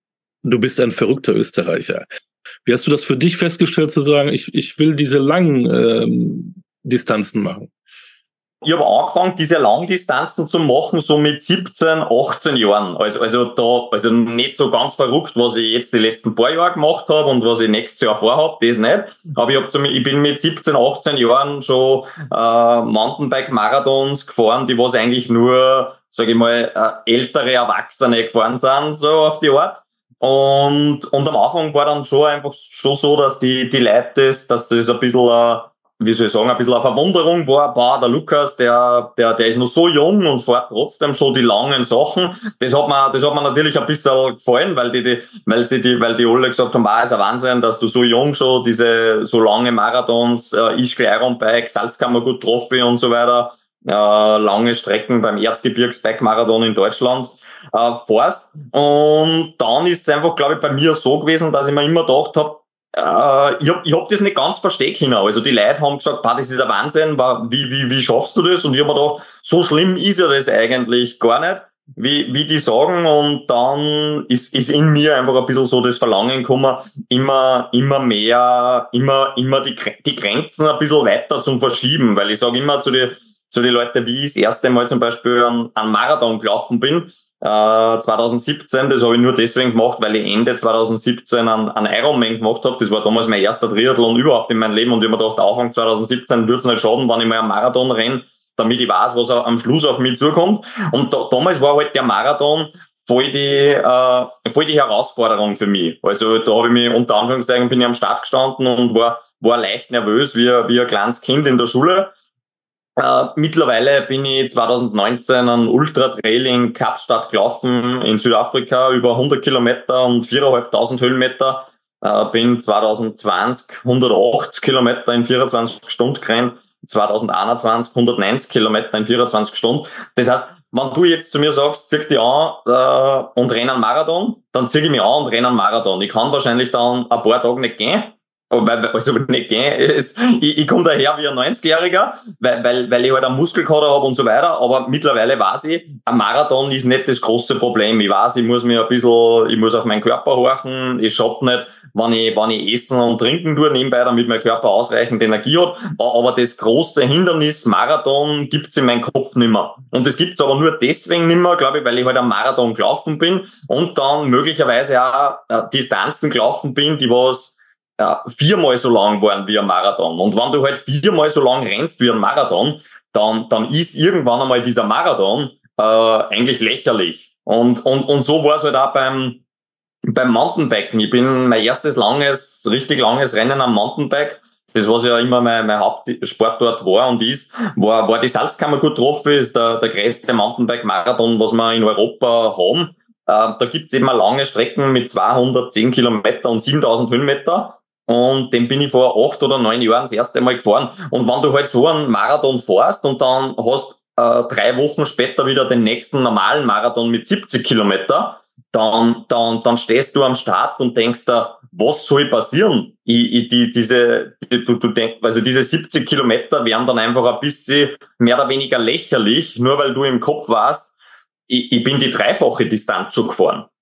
Du bist ein verrückter Österreicher. Wie hast du das für dich festgestellt, zu sagen, ich, ich will diese langen ähm, Distanzen machen? Ich habe angefangen, diese Langdistanzen zu machen, so mit siebzehn, achtzehn Jahren. Also, also da, also nicht so ganz verrückt, was ich jetzt die letzten paar Jahre gemacht habe und was ich nächstes Jahr vorhabe, das nicht. Aber ich, hab zum, ich bin mit siebzehn, achtzehn Jahren schon äh, Mountainbike-Marathons gefahren, die was eigentlich nur, sage ich mal, äh, ältere Erwachsene gefahren sind, so auf die Art. Und, und am Anfang war dann schon einfach schon so, dass die, die Leute das, dass das ein bisschen äh, wie soll ich sagen, ein bisschen eine Verwunderung war, boah, der Lukas, der, der, der ist noch so jung und fährt trotzdem schon die langen Sachen. Das hat mir, das hat mir natürlich ein bisschen gefallen, weil die, die, weil sie die, weil die alle gesagt haben, boah, ist ein Wahnsinn, dass du so jung schon diese, so lange Marathons, äh, Ischgl Ironbike, Salzkammergut Trophy und so weiter, äh, lange Strecken beim Erzgebirgsbike-Marathon in Deutschland, äh, fährst. Und dann ist es einfach, glaube ich, bei mir so gewesen, dass ich mir immer gedacht habe, Uh, ich hab, ich hab das nicht ganz verstehen können. Also die Leute haben gesagt, bah, das ist ein Wahnsinn, wie, wie, wie schaffst du das? Und ich hab mir gedacht, so schlimm ist ja das eigentlich gar nicht, wie, wie die sagen. Und dann ist, ist in mir einfach ein bisschen so das Verlangen gekommen, immer, immer mehr, immer, immer die, die Grenzen ein bisschen weiter zum Verschieben. Weil ich sage immer zu den, zu den Leuten, wie ich das erste Mal zum Beispiel an, an Marathon gelaufen bin, Uh, zwanzig siebzehn, das habe ich nur deswegen gemacht, weil ich Ende zwanzig siebzehn einen, einen Ironman gemacht habe. Das war damals mein erster Triathlon überhaupt in meinem Leben, und ich habe mir gedacht, Anfang zwanzig siebzehn würde es nicht schaden, wenn ich mal einen Marathon renne, damit ich weiß, was am Schluss auf mich zukommt. Und da, damals war halt der Marathon voll die, uh, voll die Herausforderung für mich. Also da habe ich mich, unter Anführungszeichen, bin ich am Start gestanden und war, war leicht nervös, wie, wie ein kleines Kind in der Schule. Uh, mittlerweile bin ich zwanzig neunzehn einen Ultra-Trail in Kapstadt gelaufen in Südafrika, über hundert Kilometer und viertausendfünfhundert Höhenmeter. Uh, bin zwanzig zwanzig hundertachtzig Kilometer in vierundzwanzig Stunden gerannt, zwanzig einundzwanzig hundertneunzig Kilometer in vierundzwanzig Stunden. Das heißt, wenn du jetzt zu mir sagst, zieh dich an uh, und renn einen Marathon, dann zieh ich mich an und renn einen Marathon. Ich kann wahrscheinlich dann ein paar Tage nicht gehen. Weil, also nicht gehen, ist, ich, ich komme daher wie ein neunzigjähriger, weil, weil, weil ich halt einen Muskelkater habe und so weiter, aber mittlerweile weiß ich, ein Marathon ist nicht das große Problem. Ich weiß, ich muss mir ein bisschen, ich muss auf meinen Körper horchen, ich schaff nicht, wenn ich, wenn ich essen und trinken tue nebenbei, damit mein Körper ausreichend Energie hat, aber das große Hindernis Marathon gibt's in meinem Kopf nimmer. Und das gibt's aber nur deswegen nimmer, glaube ich, weil ich halt am Marathon gelaufen bin und dann möglicherweise auch äh, Distanzen gelaufen bin, die was ja, viermal so lang waren wie ein Marathon. Und wenn du halt viermal so lang rennst wie ein Marathon, dann, dann ist irgendwann einmal dieser Marathon äh, eigentlich lächerlich. Und, und, und so war es halt auch beim, beim Mountainbiken. Ich bin mein erstes langes, richtig langes Rennen am Mountainbike, das was ja immer mein, mein Hauptsportort war und ist, war, war die Salzkammergut Trophy, ist der, der größte Mountainbike-Marathon, was wir in Europa haben. Äh, da gibt's eben lange Strecken mit zweihundertzehn Kilometer und siebentausend Höhenmeter. Und den bin ich vor acht oder neun Jahren das erste Mal gefahren. Und wenn du halt so einen Marathon fährst und dann hast äh, drei Wochen später wieder den nächsten normalen Marathon mit siebzig Kilometer, dann, dann, dann stehst du am Start und denkst da, was soll passieren? Ich, ich, die, diese, die, du, du denk, also diese siebzig Kilometer wären dann einfach ein bisschen mehr oder weniger lächerlich, nur weil du im Kopf warst, ich, ich bin die dreifache Distanz schon gefahren.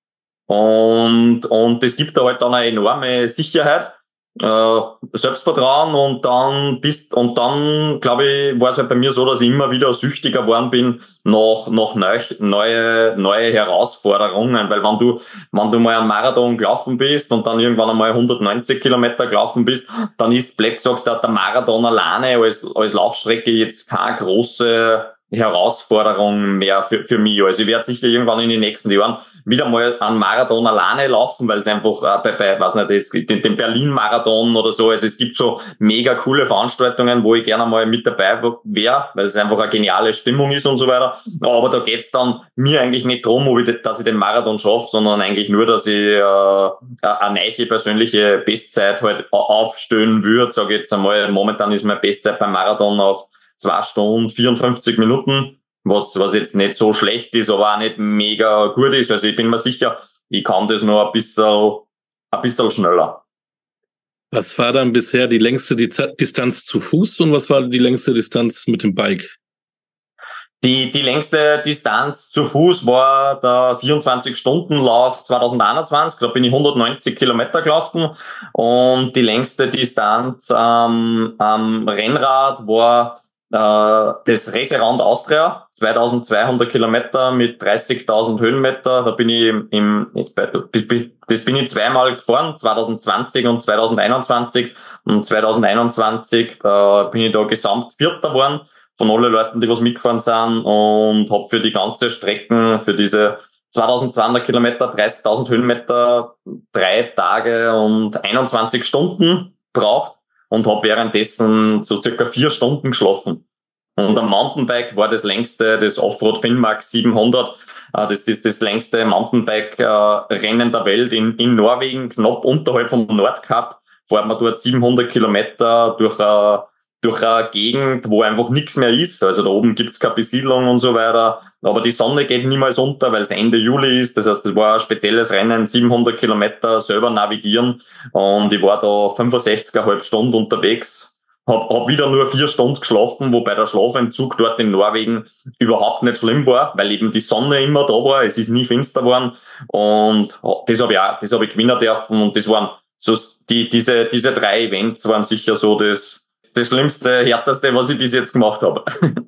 Und, und das gibt da halt dann eine enorme Sicherheit, äh, Selbstvertrauen und dann bist, und dann, glaube ich, war es halt bei mir so, dass ich immer wieder süchtiger geworden bin nach, nach neu, neue, neue Herausforderungen, weil wenn du, wenn du mal einen Marathon gelaufen bist und dann irgendwann einmal hundertneunzig Kilometer gelaufen bist, dann ist blöd gesagt der Marathon alleine als, als Laufstrecke jetzt keine große Herausforderung mehr für, für mich. Also ich werde sicher irgendwann in den nächsten Jahren wieder mal einen Marathon alleine laufen, weil es einfach äh, bei, bei, weiß nicht, den, den Berlin-Marathon oder so, also es gibt so mega coole Veranstaltungen, wo ich gerne mal mit dabei wäre, weil es einfach eine geniale Stimmung ist und so weiter. Aber da geht's dann mir eigentlich nicht drum, ob ich, dass ich den Marathon schaffe, sondern eigentlich nur, dass ich äh, eine neue persönliche Bestzeit halt aufstellen würde, sage ich jetzt einmal. Momentan ist meine Bestzeit beim Marathon auf zwei Stunden vierundfünfzig Minuten, was, was jetzt nicht so schlecht ist, aber auch nicht mega gut ist. Also ich bin mir sicher, ich kann das noch ein bisschen, ein bisschen schneller. Was war dann bisher die längste Distanz zu Fuß und was war die längste Distanz mit dem Bike? Die, die längste Distanz zu Fuß war der vierundzwanzig-Stunden-Lauf zwanzig einundzwanzig. Da bin ich hundertneunzig Kilometer gelaufen. Und die längste Distanz ähm, am Rennrad war äh, das Reiserand Austria, zweitausendzweihundert Kilometer mit dreißigtausend Höhenmeter. Da bin ich im, im, das bin ich zweimal gefahren, zwanzig zwanzig und zwanzig einundzwanzig. Und zwanzig einundzwanzig äh, bin ich da gesamt Vierter geworden von allen Leuten, die was mitgefahren sind, und habe für die ganze Strecken, für diese zweitausendzweihundert Kilometer, dreißigtausend Höhenmeter, drei Tage und einundzwanzig Stunden braucht und habe währenddessen so circa vier Stunden geschlafen. Und am Mountainbike war das längste, das Offroad Finnmax siebenhundert. Das ist das längste Mountainbike-Rennen der Welt in, in Norwegen, knapp unterhalb vom Nordkap. Fährt man dort siebenhundert Kilometer durch eine durch eine Gegend, wo einfach nichts mehr ist. Also da oben gibt's keine Besiedlung und so weiter. Aber die Sonne geht niemals unter, weil es Ende Juli ist. Das heißt, das war ein spezielles Rennen, siebenhundert Kilometer selber navigieren. Und ich war da fünfundsechzig Komma fünf Stunden unterwegs. Hab, hab wieder nur vier Stunden geschlafen, wobei der Schlafentzug dort in Norwegen überhaupt nicht schlimm war, weil eben die Sonne immer da war. Es ist nie finster geworden. Und das habe ich auch, das habe ich gewinnen dürfen. Und das waren so, die, diese, diese drei Events waren sicher so das, das Schlimmste, Härteste, was ich bis jetzt gemacht habe.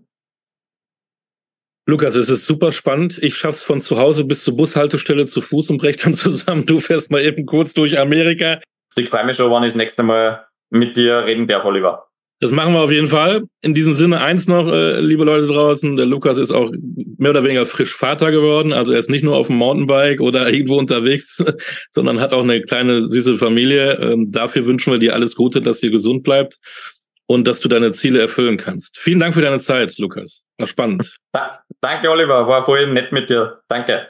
Lukas, es ist super spannend. Ich schaff's von zu Hause bis zur Bushaltestelle zu Fuß und brech dann zusammen. Du fährst mal eben kurz durch Amerika. Ich freue mich schon, wenn ich das nächste Mal mit dir reden darf, Oliver. Das machen wir auf jeden Fall. In diesem Sinne eins noch, äh, liebe Leute draußen, der Lukas ist auch mehr oder weniger frisch Vater geworden. Also er ist nicht nur auf dem Mountainbike oder irgendwo unterwegs, sondern hat auch eine kleine, süße Familie. Ähm, dafür wünschen wir dir alles Gute, dass ihr gesund bleibt und dass du deine Ziele erfüllen kannst. Vielen Dank für deine Zeit, Lukas. War spannend. Da, danke, Oliver. War voll nett mit dir. Danke.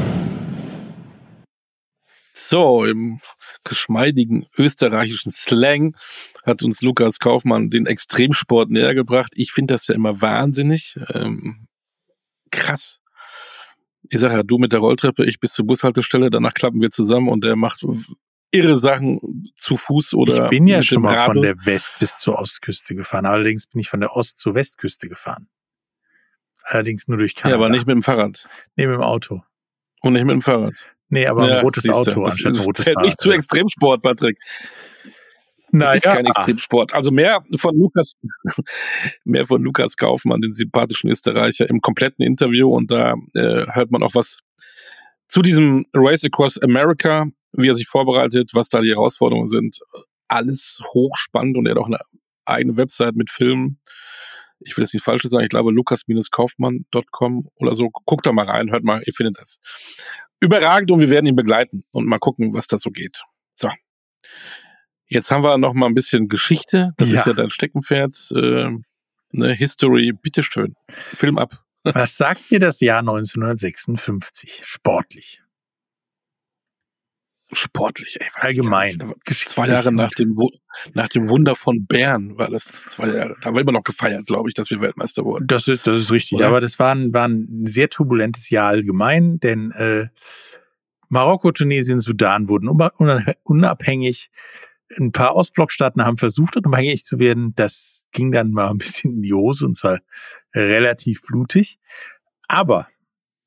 So, im geschmeidigen österreichischen Slang hat uns Lukas Kaufmann den Extremsport näher gebracht. Ich finde das ja immer wahnsinnig. Ähm, krass. Ich sage ja, du mit der Rolltreppe, ich bis zur Bushaltestelle, danach klappen wir zusammen und er macht irre Sachen zu Fuß oder ich bin ja mit schon dem mal Radl. von der West- bis zur Ostküste gefahren. Allerdings bin ich von der Ost- zur Westküste gefahren. Allerdings nur durch Kanada. Ja, aber nicht mit dem Fahrrad. Nee, mit dem Auto. Und nicht mit dem Fahrrad. Nee, aber ja, ein rotes siehste, Auto das anstatt ein rotes zählt Fahrrad. nicht zu Extremsport, Patrick. Das ist Naja. kein Extremsport. Also mehr von Lukas, mehr von Lukas Kaufmann, den sympathischen Österreicher, im kompletten Interview. Und da äh, hört man auch was zu diesem Race Across America, wie er sich vorbereitet, was da die Herausforderungen sind. Alles hochspannend und er hat auch eine eigene Website mit Filmen. Ich will jetzt nicht falsch sagen, ich glaube lukas kaufmann punkt com oder so. Guckt da mal rein, hört mal, ihr findet das. Überragend und wir werden ihn begleiten und mal gucken, was da so geht. So. Jetzt haben wir noch mal ein bisschen Geschichte. Das ja. ist ja dein Steckenpferd. Äh, ne, History, bitteschön. Film ab. Was sagt dir das Jahr neunzehnhundertsechsundfünfzig? Sportlich. Sportlich, ey. Allgemein. Zwei Jahre nach dem, nach dem Wunder von Bern war das zwei Jahre. Da haben wir immer noch gefeiert, glaube ich, dass wir Weltmeister wurden. Das ist, das ist richtig. Oder? Aber das war ein, war ein sehr turbulentes Jahr allgemein, denn äh, Marokko, Tunesien, Sudan wurden unabhängig. Ein paar Ostblockstaaten haben versucht, unabhängig zu werden. Das ging dann mal ein bisschen in die Hose und zwar relativ blutig. Aber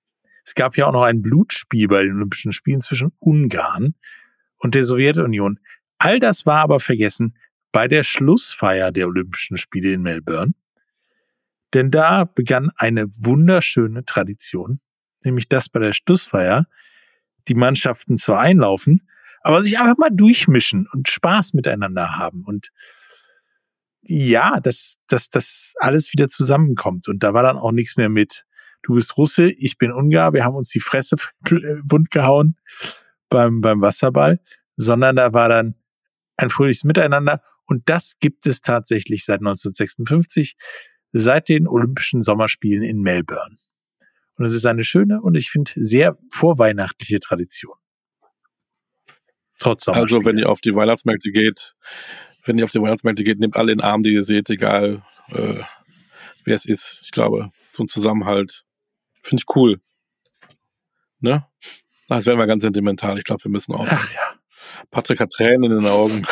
Es gab ja auch noch ein Blutspiel bei den Olympischen Spielen zwischen Ungarn und der Sowjetunion. All das war aber vergessen bei der Schlussfeier der Olympischen Spiele in Melbourne. Denn da begann eine wunderschöne Tradition, nämlich dass bei der Schlussfeier die Mannschaften zwar einlaufen, aber sich einfach mal durchmischen und Spaß miteinander haben. Und ja, dass, dass das alles wieder zusammenkommt. Und da war dann auch nichts mehr mit, du bist Russe, ich bin Ungar, wir haben uns die Fresse wund gehauen beim, beim Wasserball, sondern da war dann ein fröhliches Miteinander. Und das gibt es tatsächlich seit neunzehnhundertsechsundfünfzig, seit den Olympischen Sommerspielen in Melbourne. Und es ist eine schöne und ich finde sehr vorweihnachtliche Tradition. Trotz Sommerspiele. Also wenn ihr auf die Weihnachtsmärkte geht, wenn ihr auf die Weihnachtsmärkte geht, nehmt alle in den Arm, die ihr seht, egal äh, wer es ist. Ich glaube, so ein Zusammenhalt finde ich cool. Ne? Das werden wir ganz sentimental. Ich glaube, wir müssen auch. Ach ja. Patrick hat Tränen in den Augen.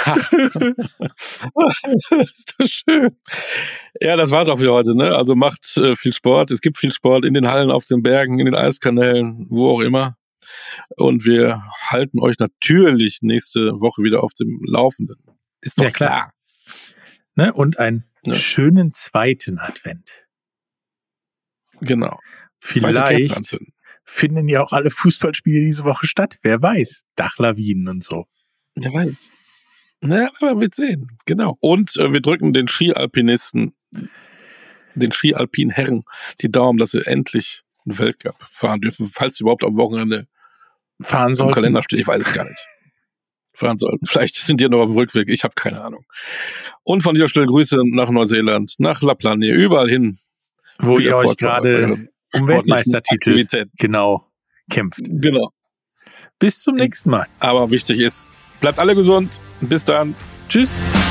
Ist das schön. Ja, das war's auch wieder heute. Ne? Also macht äh, viel Sport. Es gibt viel Sport in den Hallen, auf den Bergen, in den Eiskanälen, wo auch immer. Und wir halten euch natürlich nächste Woche wieder auf dem Laufenden. Ist doch ja, klar. klar. Ne? Und einen ja. schönen zweiten Advent. Genau. Vielleicht finden ja auch alle Fußballspiele diese Woche statt. Wer weiß. Dachlawinen und so. Wer weiß. Na, aber wir sehen. Genau. Und äh, wir drücken den Skialpinisten, den Skialpin-Herren die Daumen, dass sie endlich einen Weltcup fahren dürfen, falls sie überhaupt am Wochenende fahren sollten. Im Kalender steht. Ich weiß es gar nicht. Fahren sollten. Vielleicht sind die noch auf dem Rückweg. Ich habe keine Ahnung. Und von dieser Stelle Grüße nach Neuseeland, nach Laplane, überall hin. Wo ihr euch gerade um Weltmeistertitel genau kämpft. Genau. Bis zum nächsten Mal. Aber wichtig ist, bleibt alle gesund. Bis dann. Tschüss.